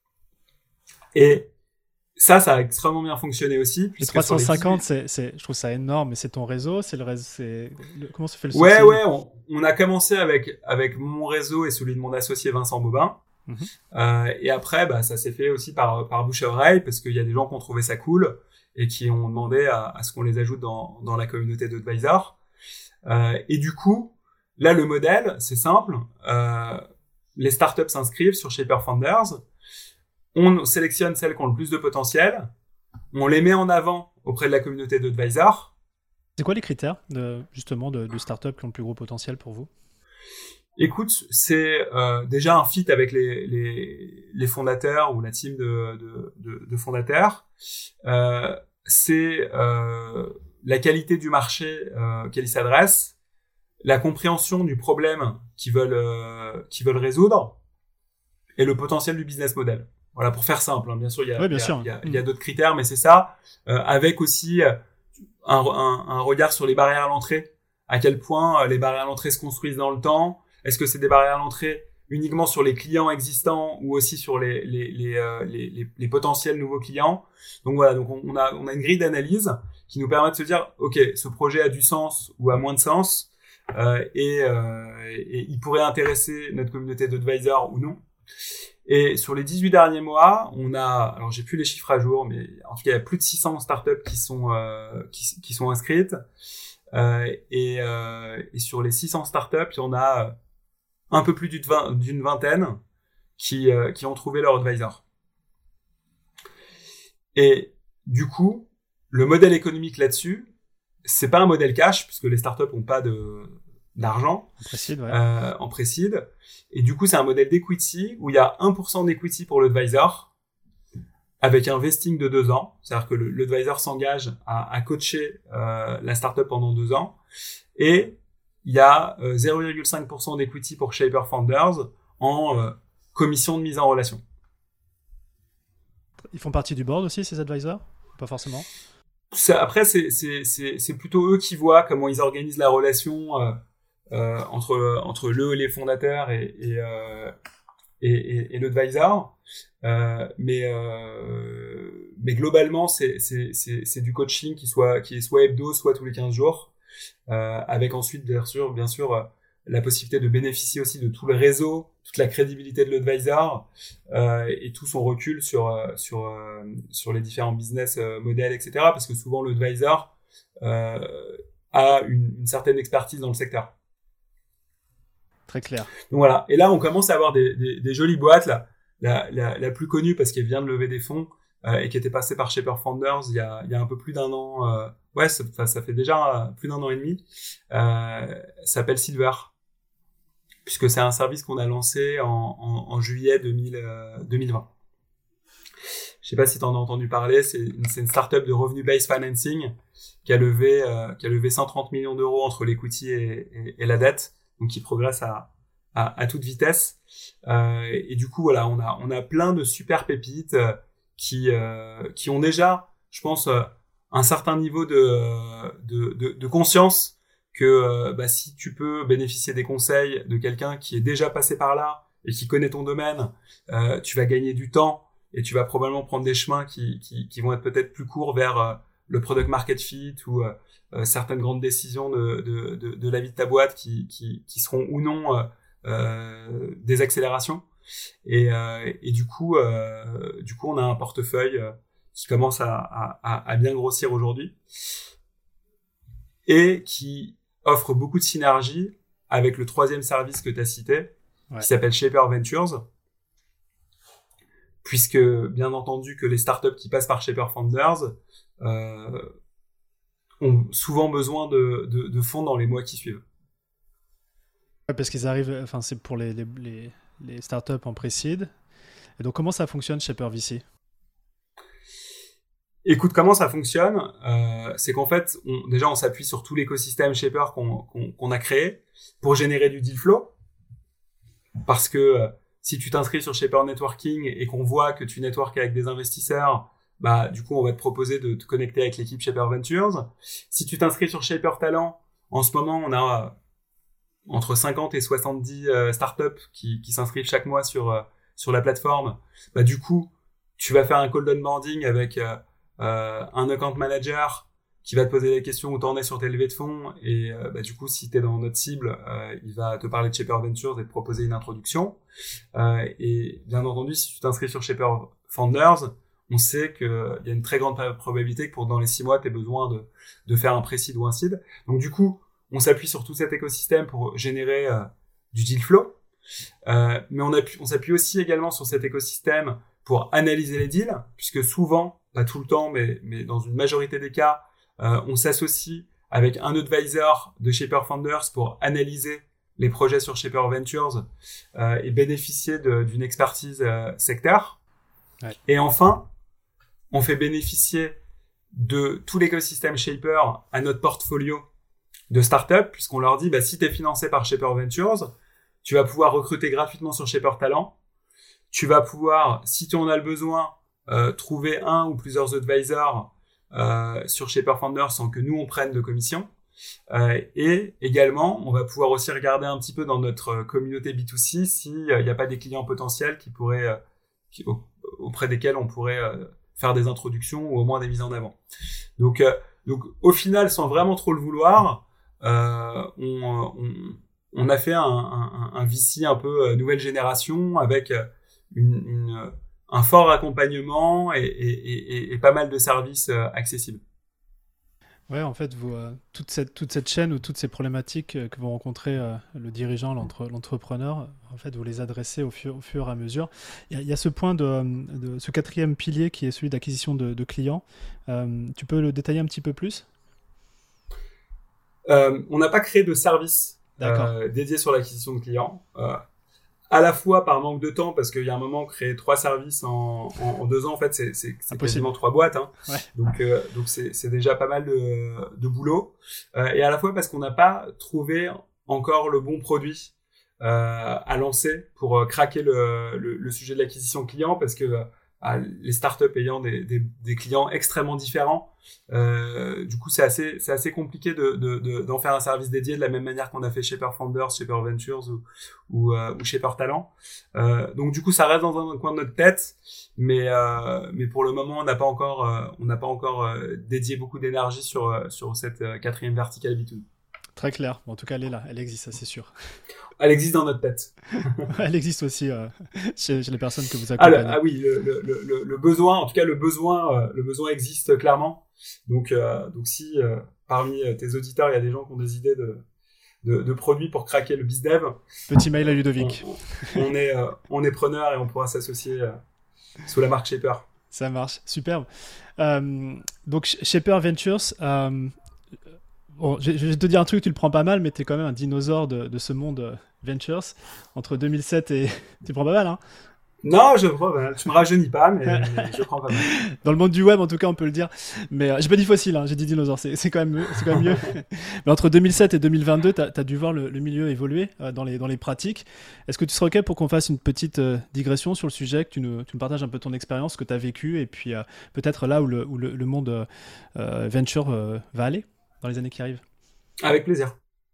Et ça, ça a extrêmement bien fonctionné aussi. Les trois cent cinquante, c'est, c'est, je trouve ça énorme, mais c'est ton réseau, c'est le réseau, c'est le, comment se fait le sourcing ? Ouais, sourcing ? ouais, on, on a commencé avec avec mon réseau et celui de mon associé Vincent Bobin. Mmh. Euh, et après, bah, ça s'est fait aussi par, par bouche à oreille, parce qu'il y a des gens qui ont trouvé ça cool et qui ont demandé à, à ce qu'on les ajoute dans, dans la communauté d'advisors. Euh, et du coup, là, le modèle, c'est simple. Euh, les startups s'inscrivent sur Shaper Founders. On sélectionne celles qui ont le plus de potentiel. On les met en avant auprès de la communauté d'advisors. C'est quoi les critères de, justement de, de startups qui ont le plus gros potentiel pour vous? Écoute, c'est euh, déjà un fit avec les, les, les fondateurs ou la team de, de, de, de fondateurs. Euh, c'est euh, la qualité du marché euh, auquel ils s'adressent, la compréhension du problème qu'ils veulent, euh, qu'ils veulent résoudre et le potentiel du business model. Voilà, pour faire simple. Hein. Bien sûr, il y a, oui, bien il y a, sûr. il y a, il y a d'autres critères, mais c'est ça, euh, avec aussi un, un, un regard sur les barrières à l'entrée. À quel point les barrières à l'entrée se construisent dans le temps. Est-ce que c'est des barrières à l'entrée uniquement sur les clients existants ou aussi sur les, les, les, euh, les, les, les potentiels nouveaux clients? Donc voilà, donc on, on, a, on a une grille d'analyse qui nous permet de se dire, OK, ce projet a du sens ou a moins de sens euh, et, euh, et il pourrait intéresser notre communauté d'advisors ou non. Et sur les dix-huit derniers mois, on a, alors j'ai plus les chiffres à jour, mais en tout cas, il y a plus de six cents startups qui sont, euh, qui, qui sont inscrites. Euh, et, euh, et sur les six cents startups, il y en a un peu plus d'une, vingt, d'une vingtaine qui, euh, qui ont trouvé leur advisor. Et du coup, le modèle économique là-dessus, c'est pas un modèle cash, puisque les startups n'ont pas de, d'argent en précide, ouais. euh, en précide. Et du coup, c'est un modèle d'equity où il y a un pour cent d'equity pour l'advisor avec un vesting de deux ans. C'est-à-dire que le, l'advisor s'engage à, à coacher euh, la startup pendant deux ans. Et il y a euh, zéro virgule cinq pour cent d'equity pour Shaper Founders en euh, commission de mise en relation. Ils font partie du board aussi, ces advisors? Pas forcément. Ça, après, c'est, c'est, c'est, c'est plutôt eux qui voient comment ils organisent la relation euh, euh, entre, entre le, les fondateurs et, et, euh, et, et, et l'advisor. Euh, mais, euh, mais globalement, c'est, c'est, c'est, c'est du coaching qui, soit, qui est soit hebdo, soit tous les quinze jours. Euh, avec ensuite bien sûr, bien sûr euh, la possibilité de bénéficier aussi de tout le réseau, toute la crédibilité de l'advisor euh, et tout son recul sur euh, sur euh, sur les différents business euh, modèles, et cetera. Parce que souvent l'advisor euh, a une, une certaine expertise dans le secteur. Très clair. Donc voilà. Et là, on commence à avoir des, des, des jolies boîtes. Là. La, la, la plus connue parce qu'elle vient de lever des fonds euh, et qui était passée par Shaper Founders il y a il y a un peu plus d'un an. Euh, Ouais, ça, ça fait déjà plus d'un an et demi. Euh, ça s'appelle Silver, puisque c'est un service qu'on a lancé en, en, en juillet deux mille, euh, deux mille vingt. Je sais pas si tu en as entendu parler. C'est une, c'est une startup de revenu-based financing qui a levé euh, qui a levé cent trente millions d'euros entre l'equity et, et, et la dette, donc qui progresse à à, à toute vitesse. Euh, et, et du coup, voilà, on a on a plein de super pépites euh, qui euh, qui ont déjà, je pense. Euh, un certain niveau de, de, de, de conscience que euh, bah, si tu peux bénéficier des conseils de quelqu'un qui est déjà passé par là et qui connaît ton domaine, euh, tu vas gagner du temps et tu vas probablement prendre des chemins qui, qui, qui vont être peut-être plus courts vers euh, le product market fit ou euh, euh, certaines grandes décisions de, de, de, de la vie de ta boîte qui, qui, qui seront ou non euh, euh, des accélérations. Et, euh, et du coup, euh, du coup, on a un portefeuille euh, qui commence à, à, à bien grossir aujourd'hui et qui offre beaucoup de synergies avec le troisième service que tu as cité, ouais. qui s'appelle Shaper Ventures, puisque bien entendu que les startups qui passent par Shaper Founders euh, ont souvent besoin de, de, de fonds dans les mois qui suivent. Ouais, parce qu'ils arrivent, enfin c'est pour les, les, les, les startups en pré-seed. Et donc comment ça fonctionne Shaper V C? Écoute, comment ça fonctionne euh, c'est qu'en fait, on, déjà, on s'appuie sur tout l'écosystème Shaper qu'on, qu'on, qu'on a créé pour générer du deal flow. Parce que euh, si tu t'inscris sur Shaper Networking et qu'on voit que tu networks avec des investisseurs, bah du coup, on va te proposer de te connecter avec l'équipe Shaper Ventures. Si tu t'inscris sur Shaper Talent, en ce moment, on a euh, entre cinquante et soixante-dix euh, startups qui, qui s'inscrivent chaque mois sur euh, sur la plateforme. Bah du coup, tu vas faire un call d'onboarding avec euh, Euh, un account manager qui va te poser des questions où t'en es sur tes levées de fonds et euh, bah, du coup si t'es dans notre cible, euh, il va te parler de Shaper Ventures et te proposer une introduction. Euh, et bien entendu, si tu t'inscris sur Shaper Founders, on sait qu'il y a une très grande probabilité que pour dans les six mois, tu aies besoin de, de faire un pré-seed ou un seed. Donc du coup, on s'appuie sur tout cet écosystème pour générer euh, du deal flow. Euh, mais on, appuie, on s'appuie aussi également sur cet écosystème pour analyser les deals, puisque souvent, pas tout le temps, mais, mais dans une majorité des cas, euh, on s'associe avec un advisor de Shaper Founders pour analyser les projets sur Shaper Ventures euh, et bénéficier de, d'une expertise euh, secteur. Ouais. Et enfin, on fait bénéficier de tout l'écosystème Shaper à notre portfolio de startups, puisqu'on leur dit, bah, si tu es financé par Shaper Ventures, tu vas pouvoir recruter gratuitement sur Shaper Talent. Tu vas pouvoir, si tu en as le besoin, euh, trouver un ou plusieurs advisors euh, sur Shaper Founders sans que nous, on prenne de commission. Euh, et également, on va pouvoir aussi regarder un petit peu dans notre communauté B deux C s'il n'y euh, a pas des clients potentiels qui pourraient, euh, qui, auprès desquels on pourrait euh, faire des introductions ou au moins des mises en avant. Donc, euh, donc au final, sans vraiment trop le vouloir, euh, on, on, on a fait un, un, un V C un peu euh, nouvelle génération avec une, une, un fort accompagnement et, et, et, et pas mal de services euh, accessibles. Ouais, en fait, vous, euh, toute, cette, toute cette chaîne ou toutes ces problématiques euh, que vous rencontrez, euh, le dirigeant, l'entre, l'entrepreneur, en fait, vous les adressez au fur, au fur et à mesure. Il y, y a ce point, de, de ce quatrième pilier qui est celui d'acquisition de, de clients. Euh, tu peux le détailler un petit peu plus ? euh, On n'a pas créé de service euh, dédié sur l'acquisition de clients. Euh, à la fois par manque de temps, parce qu'il y a un moment, créer trois services en, en, en deux ans, en fait, c'est, c'est, c'est quasiment trois boîtes. Hein. Ouais. Donc, euh, donc c'est, c'est déjà pas mal de, de boulot. Euh, et à la fois parce qu'on n'a pas trouvé encore le bon produit euh, à lancer pour euh, craquer le, le, le sujet de l'acquisition client, parce que euh, les startups ayant des, des, des clients extrêmement différents, euh, du coup, c'est assez, c'est assez compliqué de, de, de, d'en faire un service dédié de la même manière qu'on a fait Shaper Founders, Shaper Ventures ou, ou, euh, ou Shaper Talent. Euh, donc, du coup, ça reste dans un coin de notre tête, mais, euh, mais pour le moment, on n'a pas encore, euh, on n'a pas encore euh, dédié beaucoup d'énergie sur, euh, sur cette euh, quatrième verticale B deux B. Très clair. Bon, en tout cas, elle est là. Elle existe, ça, c'est sûr. Elle existe dans notre tête. Elle existe aussi euh, chez, chez les personnes que vous accompagnez. Ah, le, ah oui, le, le, le, le besoin, en tout cas, le besoin, euh, le besoin existe clairement. Donc, euh, donc si euh, parmi tes auditeurs, il y a des gens qui ont des idées de, de, de produits pour craquer le bizdev, petit mail à Ludovic. On, on, est, euh, on est preneur et on pourra s'associer euh, sous la marque Shaper. Ça marche, superbe. Euh, donc, Shaper Ventures... Euh, Bon, je, je vais te dire un truc, tu le prends pas mal, mais tu es quand même un dinosaure de, de ce monde euh, Ventures. Entre deux mille sept et... Tu prends pas mal, hein ? Non, je prends pas mal. Tu me rajeunis pas, mais, mais je prends pas mal. Dans le monde du web, en tout cas, on peut le dire. Mais euh, j'ai pas dit fossile, hein, j'ai dit dinosaure, c'est, c'est, quand, même, c'est quand même mieux. Mais entre deux mille sept et deux mille vingt-deux, tu as dû voir le, le milieu évoluer euh, dans, les, dans les pratiques. Est-ce que tu serais OK pour qu'on fasse une petite euh, digression sur le sujet, que tu nous, tu nous partages un peu ton expérience, ce que tu as vécu, et puis euh, peut-être là où le, où le, le monde euh, Venture euh, va aller dans les années qui arrivent? Avec plaisir.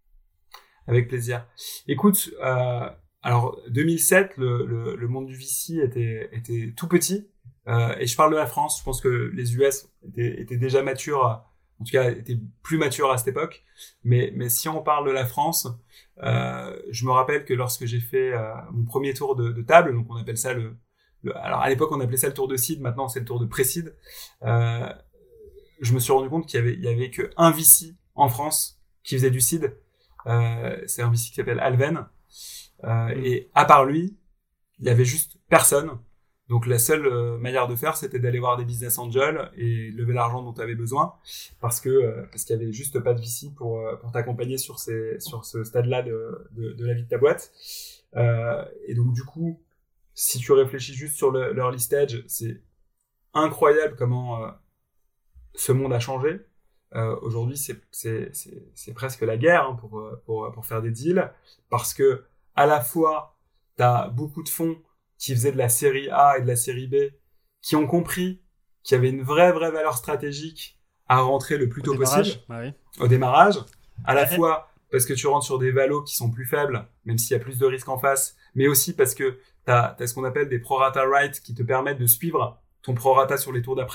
Avec plaisir. Écoute, euh, alors deux mille sept, le, le, le monde du V C était, était tout petit. Euh, et je parle de la France. Je pense que les U S étaient, étaient déjà matures, en tout cas étaient plus matures à cette époque. Mais, mais si on parle de la France, euh, je me rappelle que lorsque j'ai fait euh, mon premier tour de, de table, donc on appelle ça le, le, alors à l'époque on appelait ça le tour de seed, maintenant c'est le tour de pré-seed. Euh, je me suis rendu compte qu'il y avait, il y avait que un V C en France qui faisait du seed. Euh, c'est un V C qui s'appelle Alven. Euh, mmh. Et à part lui, il y avait juste personne. Donc la seule euh, manière de faire, c'était d'aller voir des business angels et lever l'argent dont tu avais besoin, parce que euh, parce qu'il y avait juste pas de V C pour euh, pour t'accompagner sur ces sur ce stade-là de de, de la vie de ta boîte. Euh, et donc du coup, si tu réfléchis juste sur le, l'early stage, c'est incroyable comment euh, ce monde a changé. Euh, aujourd'hui, c'est, c'est, c'est, c'est presque la guerre hein, pour, pour, pour faire des deals, parce que à la fois, tu as beaucoup de fonds qui faisaient de la série A et de la série B, qui ont compris qu'il y avait une vraie, vraie valeur stratégique à rentrer le plus tôt possible ah oui. au démarrage, à la fois parce que tu rentres sur des valos qui sont plus faibles, même s'il y a plus de risques en face, mais aussi parce que tu as ce qu'on appelle des prorata rights qui te permettent de suivre ton prorata sur les tours d'après.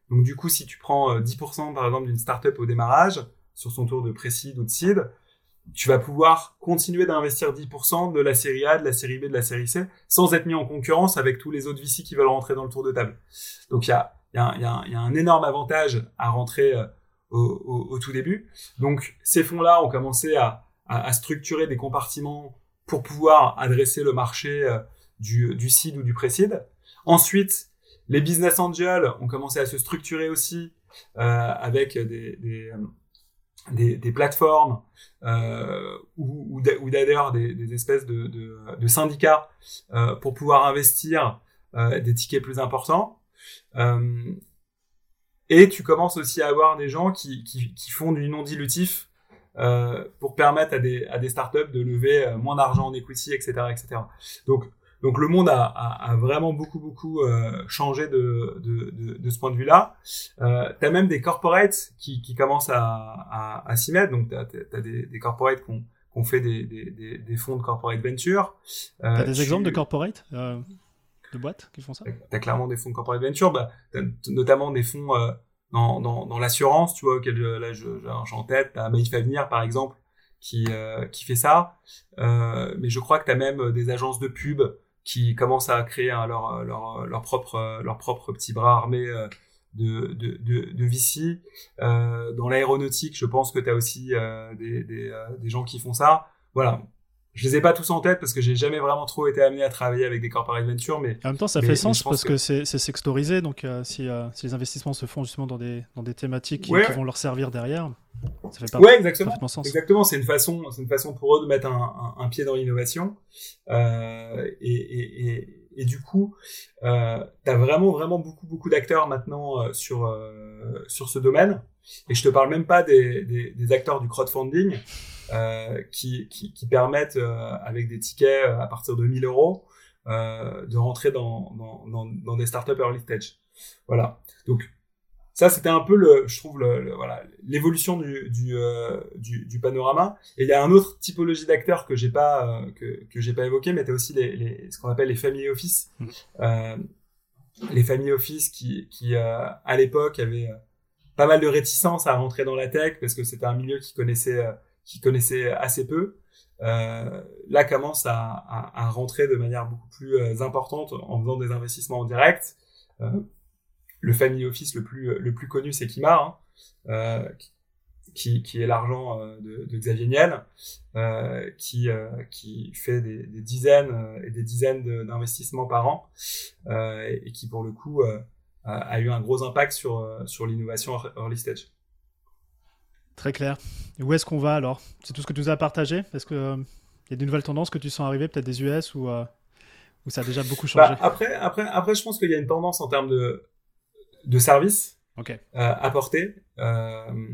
Donc du coup, si tu prends euh, dix pour cent par exemple d'une startup au démarrage, sur son tour de pré-seed ou de seed, tu vas pouvoir continuer d'investir dix pour cent de la série A, de la série B, de la série C, sans être mis en concurrence avec tous les autres V C qui veulent rentrer dans le tour de table. Donc il y a, y, a, y, a, y a un énorme avantage à rentrer euh, au, au, au tout début. Donc ces fonds-là ont commencé à, à, à structurer des compartiments pour pouvoir adresser le marché euh, du, du seed ou du pré-seed. Ensuite, les business angels ont commencé à se structurer aussi euh, avec des, des, des, des plateformes euh, ou, ou, ou d'ailleurs des, des espèces de, de, de syndicats euh, pour pouvoir investir euh, des tickets plus importants. Euh, et tu commences aussi à avoir des gens qui, qui, qui font du non dilutif euh, pour permettre à des, à des startups de lever moins d'argent en equity, et cetera, et cetera. Donc, Donc le monde a, a, a vraiment beaucoup beaucoup euh, changé de, de, de, de ce point de vue-là. Euh, t'as même des corporates qui, qui commencent à, à, à s'y mettre. Donc t'as, t'as des, des corporates qui ont, qui ont fait des, des, des, des fonds de corporate venture. Euh, t'as des tu... exemples de corporates, euh, de boîtes qui font ça? T'as clairement des fonds de corporate venture. Bah, t'as notamment des fonds euh, dans, dans, dans l'assurance, tu vois, auquel là je, j'ai en tête. T'as Maïf Avenir par exemple qui, euh, qui fait ça. Euh, mais je crois que t'as même des agences de pub qui commencent à créer hein, leur, leur, leur, propre, leur propre petit bras armé euh, de, de, de, de V C. Euh, dans l'aéronautique, je pense que tu as aussi euh, des, des, euh, des gens qui font ça. Voilà. Je les ai pas tous en tête parce que j'ai jamais vraiment trop été amené à travailler avec des corporate ventures, mais en même temps ça mais, fait sens parce que, que c'est, c'est sectorisé, donc euh, si, euh, si les investissements se font justement dans des, dans des thématiques qui, ouais. qui vont leur servir derrière, ça fait pas ouais, exactement. parfaitement sens. Exactement, c'est une façon, c'est une façon pour eux de mettre un, un, un pied dans l'innovation. Euh, et, et, et, et du coup, euh, t'as vraiment, vraiment beaucoup, beaucoup d'acteurs maintenant euh, sur euh, sur ce domaine. Et je te parle même pas des, des, des acteurs du crowdfunding euh, qui, qui, qui permettent euh, avec des tickets à partir de mille euros euh, de rentrer dans, dans, dans, dans des startups early stage. Voilà. Donc ça, c'était un peu le, je trouve le, le voilà, l'évolution du du, euh, du du panorama. Et il y a un autre typologie d'acteurs que j'ai pas euh, que que j'ai pas évoqué, mais t'as aussi les, les ce qu'on appelle les family office, mmh. euh, les family office qui qui euh, à l'époque avaient pas mal de réticence à rentrer dans la tech parce que c'était un milieu qui connaissait euh, qui connaissait assez peu. Euh, là commence à, à à rentrer de manière beaucoup plus euh, importante en faisant des investissements en direct. Euh, Le family office le plus le plus connu, c'est Kimar, hein, euh, qui qui est l'argent euh, de, de Xavier Niel, euh, qui euh, qui fait des, des dizaines et des dizaines de, d'investissements par an euh, et, et qui pour le coup euh, a, a eu un gros impact sur sur l'innovation early stage. Très clair. Et où est-ce qu'on va alors? C'est tout ce que tu nous as partagé? Est-ce que euh, y a des nouvelles tendances que tu sens arriver, peut-être des U S ou euh, ou ça a déjà beaucoup changé? Bah, après après après, je pense qu'il y a une tendance en termes de de services okay. euh, apportés euh,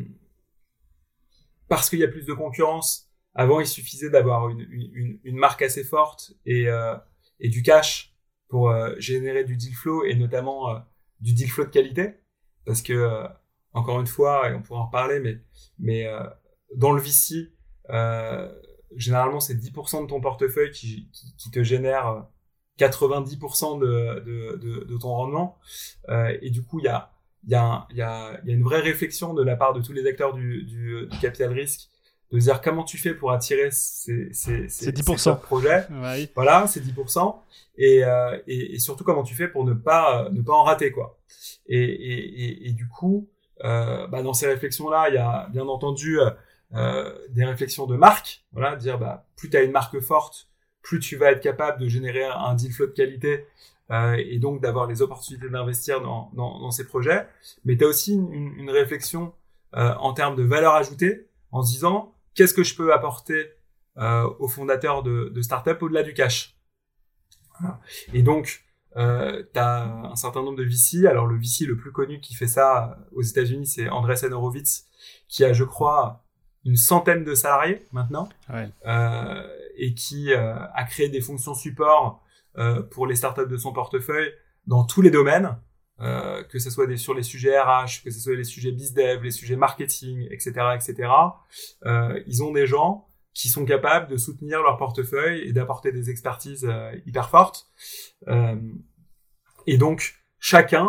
parce qu'il y a plus de concurrence. Avant, il suffisait d'avoir une, une, une marque assez forte et, euh, et du cash pour euh, générer du deal flow et notamment euh, du deal flow de qualité parce que euh, encore une fois, et on pourra en reparler, mais, mais euh, dans le V C, euh, généralement c'est dix pour cent de ton portefeuille qui, qui, qui te génère quatre-vingt-dix pour cent de, de, de, de ton rendement. Euh, et du coup, il y a, y, a, y, a, y a une vraie réflexion de la part de tous les acteurs du, du, du capital risque de dire comment tu fais pour attirer ces, ces, ces, dix pour cent. ces projets. Ouais. Voilà, c'est dix pour cent. Et, euh, et, et surtout, comment tu fais pour ne pas, ne pas en rater, quoi. Et, et, et, et du coup, euh, bah, dans ces réflexions-là, il y a bien entendu euh, des réflexions de marque. Voilà, dire bah, plus tu as une marque forte, plus tu vas être capable de générer un deal flow de qualité euh, et donc d'avoir les opportunités d'investir dans, dans, dans ces projets. Mais tu as aussi une, une réflexion euh, en termes de valeur ajoutée, en se disant qu'est-ce que je peux apporter euh, aux fondateurs de, de start-up au-delà du cash. Voilà. Et donc, euh, tu as un certain nombre de V C. Alors, le V C le plus connu qui fait ça aux États-Unis, c'est Andreessen Horowitz, qui a, je crois, une centaine de salariés maintenant. Ouais. Euh, et qui euh, a créé des fonctions support euh, pour les startups de son portefeuille dans tous les domaines, euh, que ce soit des, sur les sujets R H, que ce soit les sujets BizDev, les sujets marketing, et cetera, et cetera. Euh, ils ont des gens qui sont capables de soutenir leur portefeuille et d'apporter des expertises euh, hyper fortes. Euh, et donc, chacun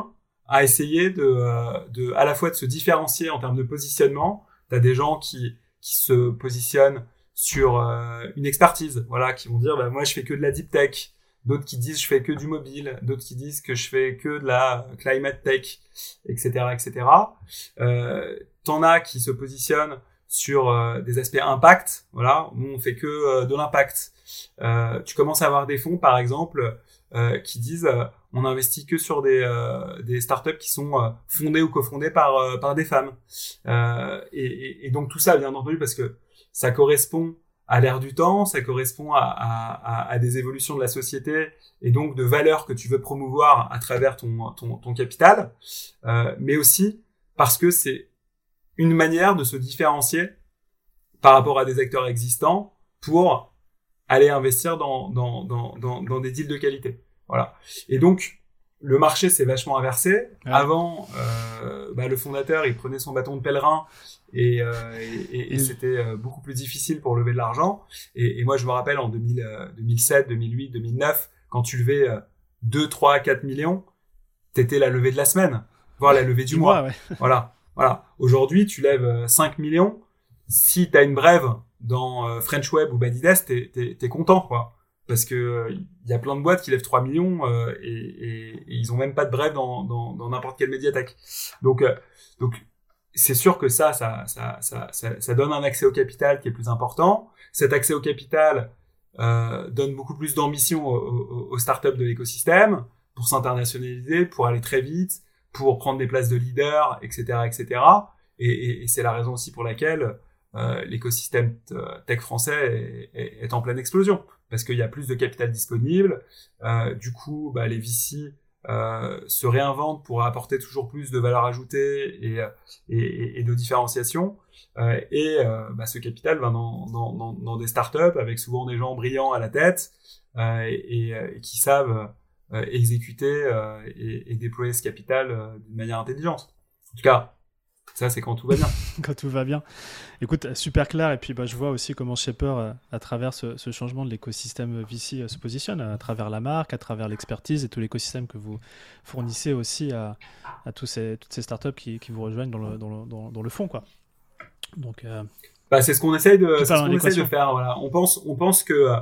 à essayer de, euh, de, à la fois de se différencier en termes de positionnement. T'as des gens qui, qui se positionnent sur euh, une expertise, voilà, qui vont dire, bah, moi, je fais que de la deep tech. D'autres qui disent, je fais que du mobile. D'autres qui disent que je fais que de la climate tech, et cetera, et cetera. Euh, t'en as qui se positionnent sur euh, des aspects impact, voilà. Nous, on fait que euh, de l'impact. Euh, tu commences à avoir des fonds, par exemple, euh, qui disent, euh, on investit que sur des, euh, des startups qui sont euh, fondées ou cofondées par, euh, par des femmes. Euh, et, et, et donc tout ça, bien entendu, parce que ça correspond à l'ère du temps, ça correspond à, à, à, à des évolutions de la société et donc de valeurs que tu veux promouvoir à travers ton, ton, ton capital, euh, mais aussi parce que c'est une manière de se différencier par rapport à des acteurs existants pour aller investir dans, dans, dans, dans, dans des deals de qualité. Voilà. Et donc, le marché s'est vachement inversé. Ouais. Avant, euh, bah, le fondateur, il prenait son bâton de pèlerin et, euh, et, et, et c'était euh, beaucoup plus difficile pour lever de l'argent. Et, et moi, je me rappelle en deux mille, euh, deux mille sept, deux mille huit, deux mille neuf, quand tu levais euh, deux, trois, quatre millions, t'étais la levée de la semaine, voire la levée du, du mois. mois ouais. Voilà. Voilà. Aujourd'hui, tu lèves euh, cinq millions. Si t'as une brève dans euh, French Web ou Badidas, t'es, t'es, t'es content, quoi. Parce que il euh, y a plein de boîtes qui lèvent trois millions euh, et, et, et ils ont même pas de brève dans, dans, dans n'importe quelle médiathèque. Donc, euh, donc c'est sûr que ça ça, ça, ça, ça, ça donne un accès au capital qui est plus important. Cet accès au capital euh, donne beaucoup plus d'ambition aux, aux, aux startups de l'écosystème pour s'internationaliser, pour aller très vite, pour prendre des places de leader, et cetera, et cetera. Et, et, et c'est la raison aussi pour laquelle euh, l'écosystème tech français est, est, est en pleine explosion. Parce qu'il y a plus de capital disponible, euh, du coup, bah, les V C euh, se réinventent pour apporter toujours plus de valeur ajoutée et, et, et de différenciation, euh, et euh, bah, ce capital va dans, dans, dans, dans des startups avec souvent des gens brillants à la tête euh, et, et qui savent euh, exécuter euh, et, et déployer ce capital euh, d'une manière intelligente. En tout cas, ça, c'est quand tout va bien. Quand tout va bien. Écoute, super clair. Et puis, bah, je vois aussi comment Shaper, euh, à travers ce, ce changement de l'écosystème V C, euh, se positionne, à travers la marque, à travers l'expertise et tout l'écosystème que vous fournissez aussi à, à tous ces, toutes ces startups qui, qui vous rejoignent dans le, dans le, dans, dans le fond, quoi. Donc, euh, bah, c'est ce qu'on essaye de, c'est ce qu'on essaye de faire. Voilà. On pense, on pense que, euh,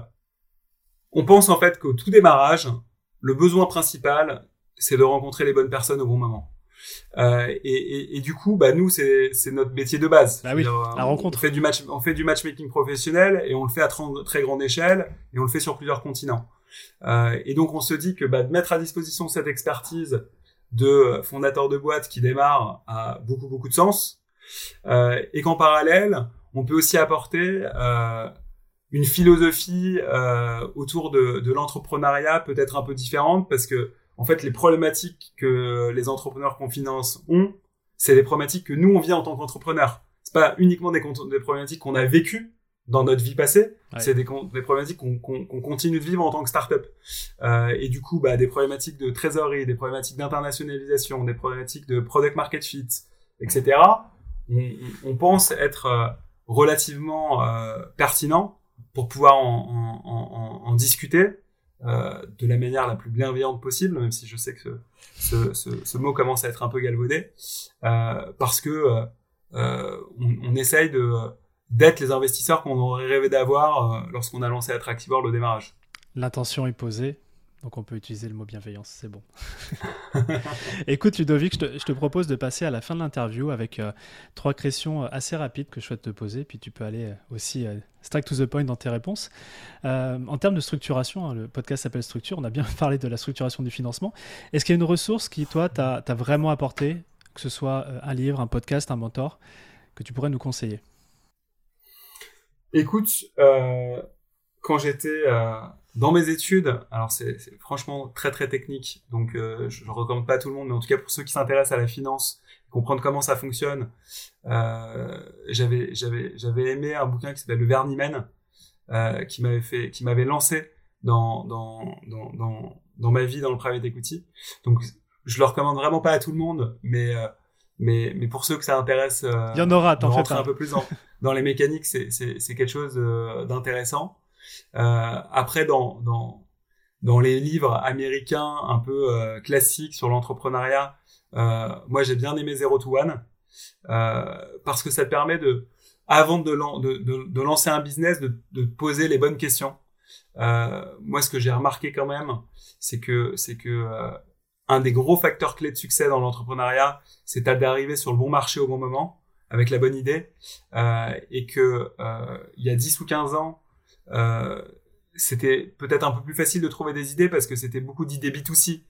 on pense en fait qu'au tout démarrage, le besoin principal, c'est de rencontrer les bonnes personnes au bon moment. Euh, et, et, et du coup, bah nous, c'est, c'est notre métier de base. Bah oui, la rencontre. On fait du match, on fait du matchmaking professionnel et on le fait à très, très grande échelle et on le fait sur plusieurs continents. Euh, et donc, on se dit que bah, de mettre à disposition cette expertise de fondateurs de boîtes qui démarrent a beaucoup beaucoup de sens. Euh, et qu'en parallèle, on peut aussi apporter euh, une philosophie euh, autour de, de l'entrepreneuriat peut-être un peu différente parce que en fait, les problématiques que les entrepreneurs qu'on finance ont, c'est des problématiques que nous, on vit en tant qu'entrepreneurs. C'est pas uniquement des, des problématiques qu'on a vécues dans notre vie passée, ouais. C'est des, des problématiques qu'on, qu'on, qu'on continue de vivre en tant que start-up. Euh, et du coup, bah, des problématiques de trésorerie, des problématiques d'internationalisation, des problématiques de product market fit, et cetera. On, on pense être euh, relativement euh, pertinent pour pouvoir en, en, en, en discuter. Euh, de la manière la plus bienveillante possible, même si je sais que ce, ce, ce mot commence à être un peu galvaudé, euh, parce que euh, euh, on, on essaye de, d'être les investisseurs qu'on aurait rêvé d'avoir euh, lorsqu'on a lancé Attractive World au démarrage. L'intention est posée, donc on peut utiliser le mot bienveillance, c'est bon. Écoute Ludovic, je te, je te propose de passer à la fin de l'interview avec euh, trois questions assez rapides que je souhaite te poser, puis tu peux aller aussi euh, straight to the point dans tes réponses. Euh, en termes de structuration, hein, le podcast s'appelle Structure, on a bien parlé de la structuration du financement. Est-ce qu'il y a une ressource qui, toi, t'a, t'a vraiment apporté, que ce soit un livre, un podcast, un mentor, que tu pourrais nous conseiller? Écoute, euh, quand j'étais... Euh... Dans mes études, alors c'est, c'est franchement très très technique, donc euh, je ne recommande pas à tout le monde, mais en tout cas pour ceux qui s'intéressent à la finance, comprendre comment ça fonctionne, euh, j'avais j'avais j'avais aimé un bouquin qui s'appelle Le Vernimen, euh, qui m'avait fait, qui m'avait lancé dans dans dans dans dans ma vie dans le private equity. Donc je le recommande vraiment pas à tout le monde, mais euh, mais mais pour ceux que ça intéresse, euh, il y en aura, t'en fais pas. Un peu plus dans dans les mécaniques, c'est c'est c'est quelque chose euh, d'intéressant. Euh, après, dans, dans, dans les livres américains un peu euh, classiques sur l'entrepreneuriat, euh, moi j'ai bien aimé Zero to One euh, parce que ça te permet de, avant de, de, de, de lancer un business, de, de poser les bonnes questions. Euh, moi, ce que j'ai remarqué quand même, c'est que c'est que euh, un des gros facteurs clés de succès dans l'entrepreneuriat, c'est d'arriver sur le bon marché au bon moment, avec la bonne idée, euh, et que euh, il y a dix ou quinze ans, euh, c'était peut-être un peu plus facile de trouver des idées parce que c'était beaucoup d'idées B deux C.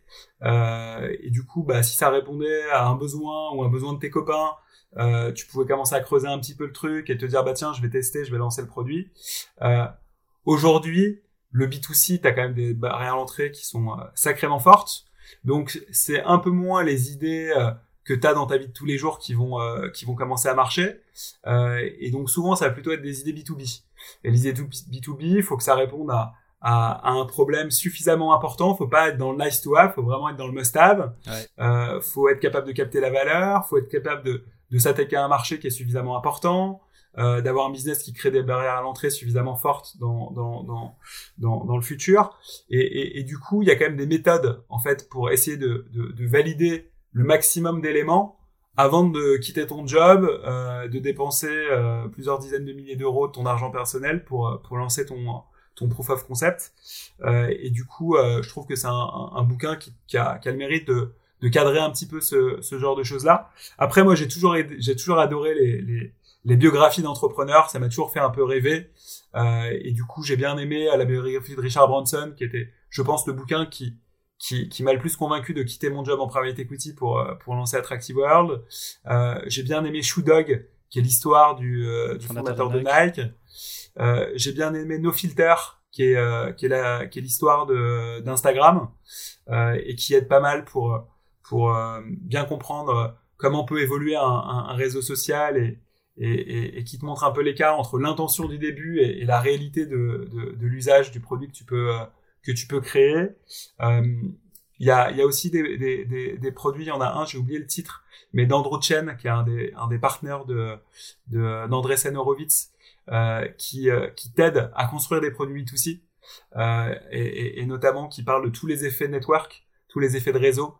Euh, et du coup, bah, si ça répondait à un besoin ou un besoin de tes copains, euh, tu pouvais commencer à creuser un petit peu le truc et te dire, bah tiens, je vais tester, je vais lancer le produit. Euh, aujourd'hui, le B deux C, t'as quand même des barrières à l'entrée qui sont euh, sacrément fortes. Donc, c'est un peu moins les idées euh, que t'as dans ta vie de tous les jours qui vont euh, qui vont commencer à marcher. Euh, et donc, souvent, ça va plutôt être des idées B deux B. Et les idées B deux B, il faut que ça réponde à, à, à un problème suffisamment important. Faut pas être dans le nice to have, faut vraiment être dans le must have. Ouais. Euh, faut être capable de capter la valeur, faut être capable de, de s'attaquer à un marché qui est suffisamment important. Euh, d'avoir un business qui crée des barrières à l'entrée suffisamment fortes dans dans dans dans, dans le futur et, et, et du coup il y a quand même des méthodes en fait pour essayer de de, de valider le maximum d'éléments avant de quitter ton job, euh, de dépenser euh, plusieurs dizaines de milliers d'euros de ton argent personnel pour pour lancer ton ton proof of concept euh, et du coup euh, je trouve que c'est un, un, un bouquin qui, qui a qui a le mérite de de cadrer un petit peu ce ce genre de choses là. Après moi j'ai toujours j'ai toujours adoré les les les biographies d'entrepreneurs, ça m'a toujours fait un peu rêver. Euh, et du coup, j'ai bien aimé la biographie de Richard Branson, qui était, je pense, le bouquin qui qui, qui m'a le plus convaincu de quitter mon job en private equity pour pour lancer Attractive World. Euh, j'ai bien aimé Shoe Dog, qui est l'histoire du, euh, du fondateur de Nike. De Nike. Euh, j'ai bien aimé No Filter, qui est euh, qui est la qui est l'histoire de d'Instagram euh, et qui aide pas mal pour pour euh, bien comprendre comment peut évoluer un, un, un réseau social et Et, et, et qui te montre un peu l'écart entre l'intention du début et, et la réalité de, de, de l'usage du produit que tu peux euh, que tu peux créer. Euh, il y a il y a aussi des, des, des, des produits. Il y en a un, j'ai oublié le titre, mais d'Andrew Chen, qui est un des un des partenaires de de d'Andreessen Horowitz, euh, qui euh, qui t'aide à construire des produits B deux C euh, et, et, et notamment qui parle de tous les effets network, tous les effets de réseau.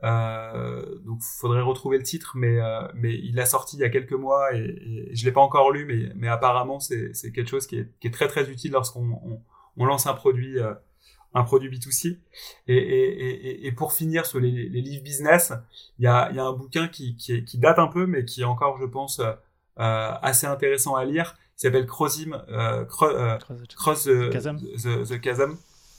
Euh, donc faudrait retrouver le titre, mais euh, mais il l'a sorti il y a quelques mois et, et je l'ai pas encore lu, mais mais apparemment c'est c'est quelque chose qui est qui est très très utile lorsqu'on on, on lance un produit euh, un produit B deux C. Et et et et pour finir sur les les livres business, il y a il y a un bouquin qui qui est, qui date un peu, mais qui est encore, je pense, euh, assez intéressant à lire. Il s'appelle Crossing euh, Cro- euh, Cross the, the, the Chasm.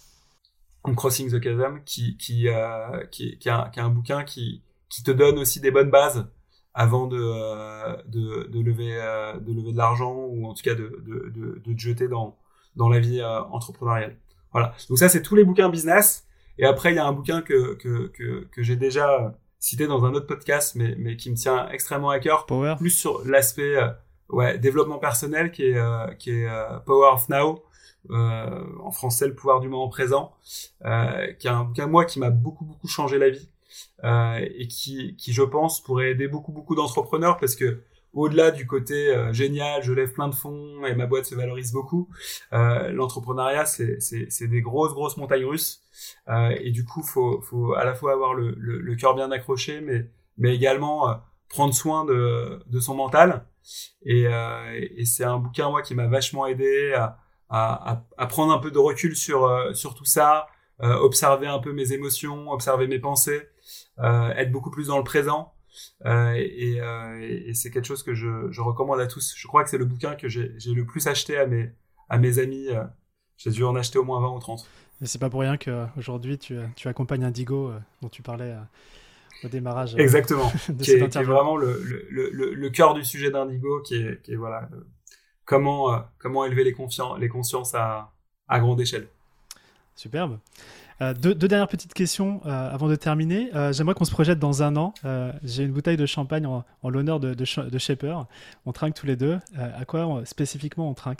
Crossing the Chasm, qui qui euh, qui qui a, qui a un bouquin qui qui te donne aussi des bonnes bases avant de euh, de de lever euh, de lever de l'argent ou en tout cas de de de, de te jeter dans dans la vie euh, entrepreneuriale. Voilà. Donc ça c'est tous les bouquins business. Et après il y a un bouquin que que que que j'ai déjà cité dans un autre podcast, mais mais qui me tient extrêmement à cœur. Power. Plus sur l'aspect euh, ouais développement personnel, qui est euh, qui est euh, Power of Now. Euh, en français, le pouvoir du moment présent, euh, qui est un bouquin, moi, qui m'a beaucoup beaucoup changé la vie euh, et qui qui je pense pourrait aider beaucoup beaucoup d'entrepreneurs, parce que au-delà du côté euh, génial, je lève plein de fonds et ma boîte se valorise beaucoup, euh, l'entrepreneuriat c'est c'est c'est des grosses grosses montagnes russes euh, et du coup faut faut à la fois avoir le le, le cœur bien accroché, mais mais également euh, prendre soin de de son mental et euh, et c'est un bouquin, moi, qui m'a vachement aidé à À, à, à prendre un peu de recul sur euh, sur tout ça, euh, observer un peu mes émotions, observer mes pensées, euh, être beaucoup plus dans le présent. Euh, et, euh, et, et c'est quelque chose que je, je recommande à tous. Je crois que c'est le bouquin que j'ai, j'ai le plus acheté à mes à mes amis. Euh, j'ai dû en acheter au moins vingt ou trente. Et c'est pas pour rien qu'aujourd'hui tu tu accompagnes Indigo euh, dont tu parlais euh, au démarrage. Euh, Exactement. de qui, cette est, qui est vraiment le le le le cœur du sujet d'Indigo, qui est qui est voilà. Le, Comment, euh, comment élever les, confian- les consciences à, à grande échelle. Superbe. Euh, deux, deux dernières petites questions euh, avant de terminer. Euh, j'aimerais qu'on se projette dans un an. Euh, j'ai une bouteille de champagne en, en l'honneur de, de, de Shaper. On trinque tous les deux. Euh, à quoi on, spécifiquement on trinque ?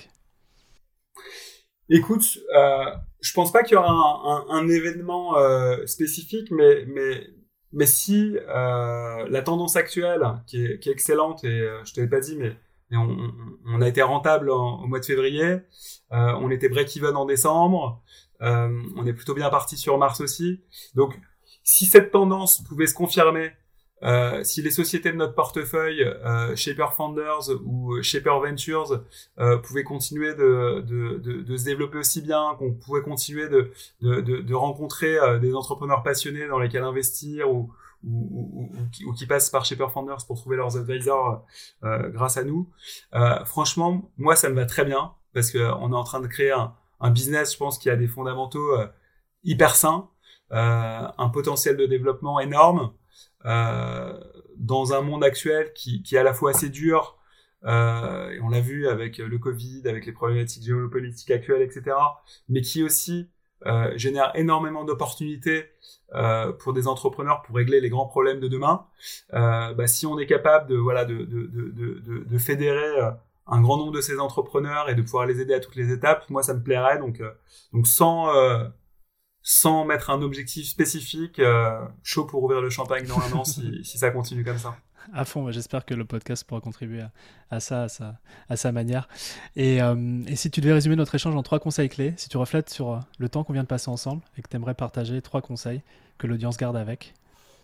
Écoute, euh, je pense pas qu'il y aura un, un, un événement euh, spécifique, mais, mais, mais si euh, la tendance actuelle, qui est, qui est excellente, et euh, je te l'ai pas dit, mais Et on, on, on a été rentable en, au mois de février, euh, on était break-even en décembre, Euh, on est plutôt bien parti sur Mars aussi. Donc, si cette tendance pouvait se confirmer, euh, si les sociétés de notre portefeuille, euh, Shaper Founders ou Shaper Ventures, euh, pouvaient continuer de, de, de, de se développer aussi bien, qu'on pouvait continuer de, de, de, de rencontrer euh, des entrepreneurs passionnés dans lesquels investir ou, ou, ou, ou, qui, ou qui passent par Shaper Founders pour trouver leurs advisors euh, grâce à nous, euh, franchement, moi, ça me va très bien parce qu'on est en train de créer un, un business, je pense, qui a des fondamentaux euh, hyper sains, euh, un potentiel de développement énorme, Euh, dans un monde actuel qui, qui est à la fois assez dur, euh, et on l'a vu avec le Covid, avec les problématiques géopolitiques actuelles, et cetera, mais qui aussi euh, génère énormément d'opportunités euh, pour des entrepreneurs pour régler les grands problèmes de demain. Euh, bah, si on est capable de, voilà, de, de, de, de, de fédérer euh, un grand nombre de ces entrepreneurs et de pouvoir les aider à toutes les étapes, moi ça me plairait. Donc, euh, donc sans euh, sans mettre un objectif spécifique, euh, chaud pour ouvrir le champagne dans un an si, si ça continue comme ça. À fond, j'espère que le podcast pourra contribuer à, à ça, à sa, à sa manière. Et, euh, et si tu devais résumer notre échange en trois conseils clés, si tu reflètes sur le temps qu'on vient de passer ensemble et que tu aimerais partager trois conseils que l'audience garde avec.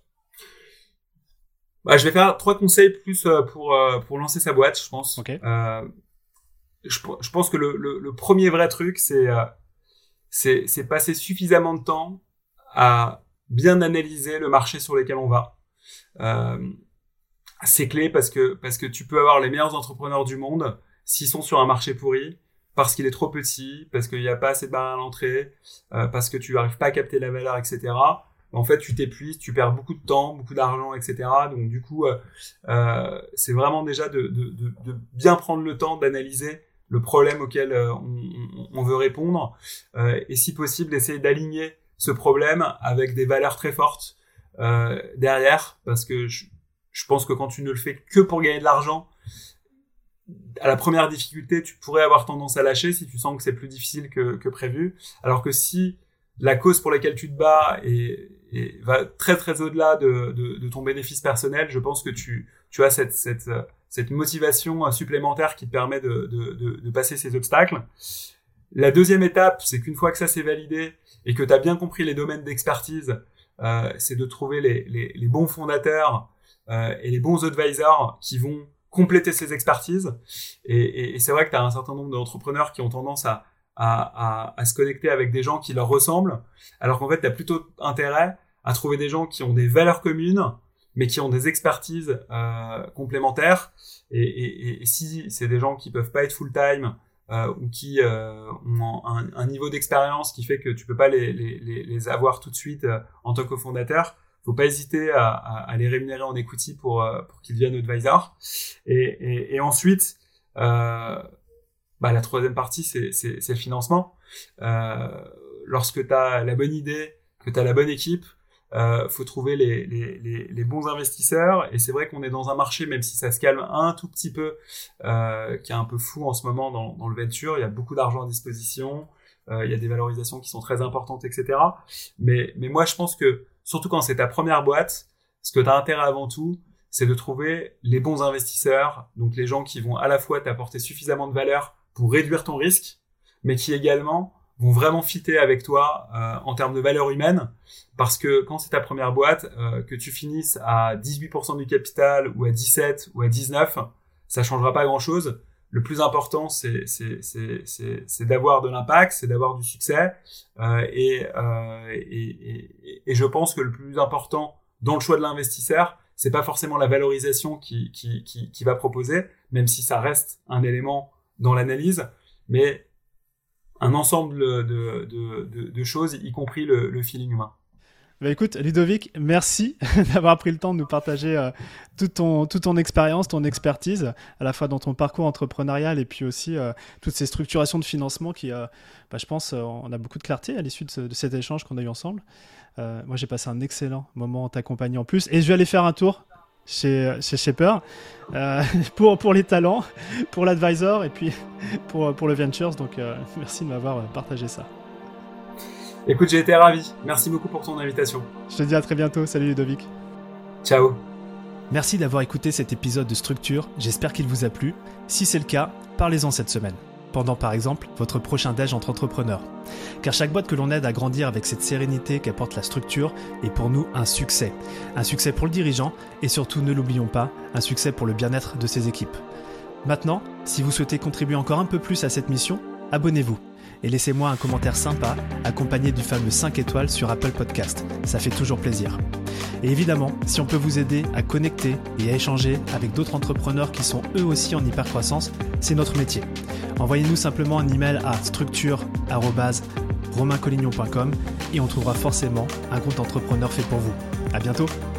Bah, je vais faire trois conseils plus pour, pour lancer sa boîte, je pense. Okay. Euh, je, je pense que le, le, le premier vrai truc, c'est... Euh, C'est, c'est passer suffisamment de temps à bien analyser le marché sur lequel on va. Euh, c'est clé parce que, parce que tu peux avoir les meilleurs entrepreneurs du monde s'ils sont sur un marché pourri, parce qu'il est trop petit, parce qu'il n'y a pas assez de barrières à l'entrée, euh, parce que tu n'arrives pas à capter la valeur, et cetera. En fait, tu t'épuises, tu perds beaucoup de temps, beaucoup d'argent, et cetera. Donc, du coup, euh, euh, c'est vraiment déjà de, de, de, de bien prendre le temps d'analyser le problème auquel euh, on, on veut répondre, euh, et si possible, essayer d'aligner ce problème avec des valeurs très fortes euh, derrière, parce que je, je pense que quand tu ne le fais que pour gagner de l'argent, à la première difficulté, tu pourrais avoir tendance à lâcher si tu sens que c'est plus difficile que, que prévu, alors que si la cause pour laquelle tu te bats est, est, va très très au-delà de, de, de ton bénéfice personnel, je pense que tu, tu as cette, cette cette motivation supplémentaire qui te permet de, de, de, de passer ces obstacles. La deuxième étape, c'est qu'une fois que ça c'est validé et que tu as bien compris les domaines d'expertise, euh, c'est de trouver les, les, les bons fondateurs euh, et les bons advisors qui vont compléter ces expertises. Et, et, et c'est vrai que tu as un certain nombre d'entrepreneurs qui ont tendance à, à, à, à se connecter avec des gens qui leur ressemblent, alors qu'en fait, tu as plutôt intérêt à trouver des gens qui ont des valeurs communes, mais qui ont des expertises euh, complémentaires. Et, et, et si c'est des gens qui peuvent pas être full-time euh, ou qui euh, ont un, un niveau d'expérience qui fait que tu peux pas les, les, les avoir tout de suite euh, en tant que cofondateur, faut pas hésiter à, à, à les rémunérer en equity pour, euh, pour qu'ils deviennent advisors. Et, et, et ensuite, euh, bah, la troisième partie, c'est, c'est, c'est le financement. Euh, lorsque tu as la bonne idée, que tu as la bonne équipe, Euh, faut trouver les, les, les, les bons investisseurs, et c'est vrai qu'on est dans un marché, même si ça se calme un tout petit peu, euh, qui est un peu fou en ce moment dans, dans le venture. Il y a beaucoup d'argent à disposition, euh, il y a des valorisations qui sont très importantes, et cetera. Mais, mais moi, je pense que, surtout quand c'est ta première boîte, ce que tu as intérêt avant tout, c'est de trouver les bons investisseurs, donc les gens qui vont à la fois t'apporter suffisamment de valeur pour réduire ton risque, mais qui également vont vraiment fitter avec toi euh, en termes de valeur humaine, parce que quand c'est ta première boîte, euh, que tu finisses à dix-huit pour cent du capital ou à dix-sept ou à dix-neuf, ça changera pas grand-chose. Le plus important, c'est, c'est, c'est, c'est, c'est d'avoir de l'impact, c'est d'avoir du succès, euh, et, euh, et, et, et je pense que le plus important dans le choix de l'investisseur, c'est pas forcément la valorisation qui, qui, qui, qui va proposer, même si ça reste un élément dans l'analyse, mais un ensemble de, de, de, de choses, y compris le, le feeling humain. Bah écoute, Ludovic, merci d'avoir pris le temps de nous partager euh, toute ton, toute ton expérience, ton expertise, à la fois dans ton parcours entrepreneurial et puis aussi euh, toutes ces structurations de financement qui, euh, bah, je pense, euh, on a beaucoup de clarté à l'issue de, ce, de cet échange qu'on a eu ensemble. Euh, moi, j'ai passé un excellent moment en t'accompagnant en plus, et je vais aller faire un tour chez, chez Shaper euh, pour, pour les talents, pour l'advisor et puis pour, pour le ventures. Donc, euh, merci de m'avoir partagé ça. Écoute, j'ai été ravi. Merci beaucoup pour ton invitation. Je te dis à très bientôt. Salut Ludovic. Ciao. Merci d'avoir écouté cet épisode de Structure. J'espère qu'il vous a plu. Si c'est le cas, parlez-en cette semaine. pendant par exemple votre prochain déj entre entrepreneurs. Car chaque boîte que l'on aide à grandir avec cette sérénité qu'apporte la structure est pour nous un succès. Un succès pour le dirigeant et surtout, ne l'oublions pas, un succès pour le bien-être de ses équipes. Maintenant, si vous souhaitez contribuer encore un peu plus à cette mission, abonnez-vous et laissez-moi un commentaire sympa accompagné du fameux cinq étoiles sur Apple Podcast. Ça fait toujours plaisir. Et évidemment, si on peut vous aider à connecter et à échanger avec d'autres entrepreneurs qui sont eux aussi en hypercroissance, c'est notre métier. Envoyez-nous simplement un email à structure arobase romain collignon point com et on trouvera forcément un compte entrepreneur fait pour vous. À bientôt.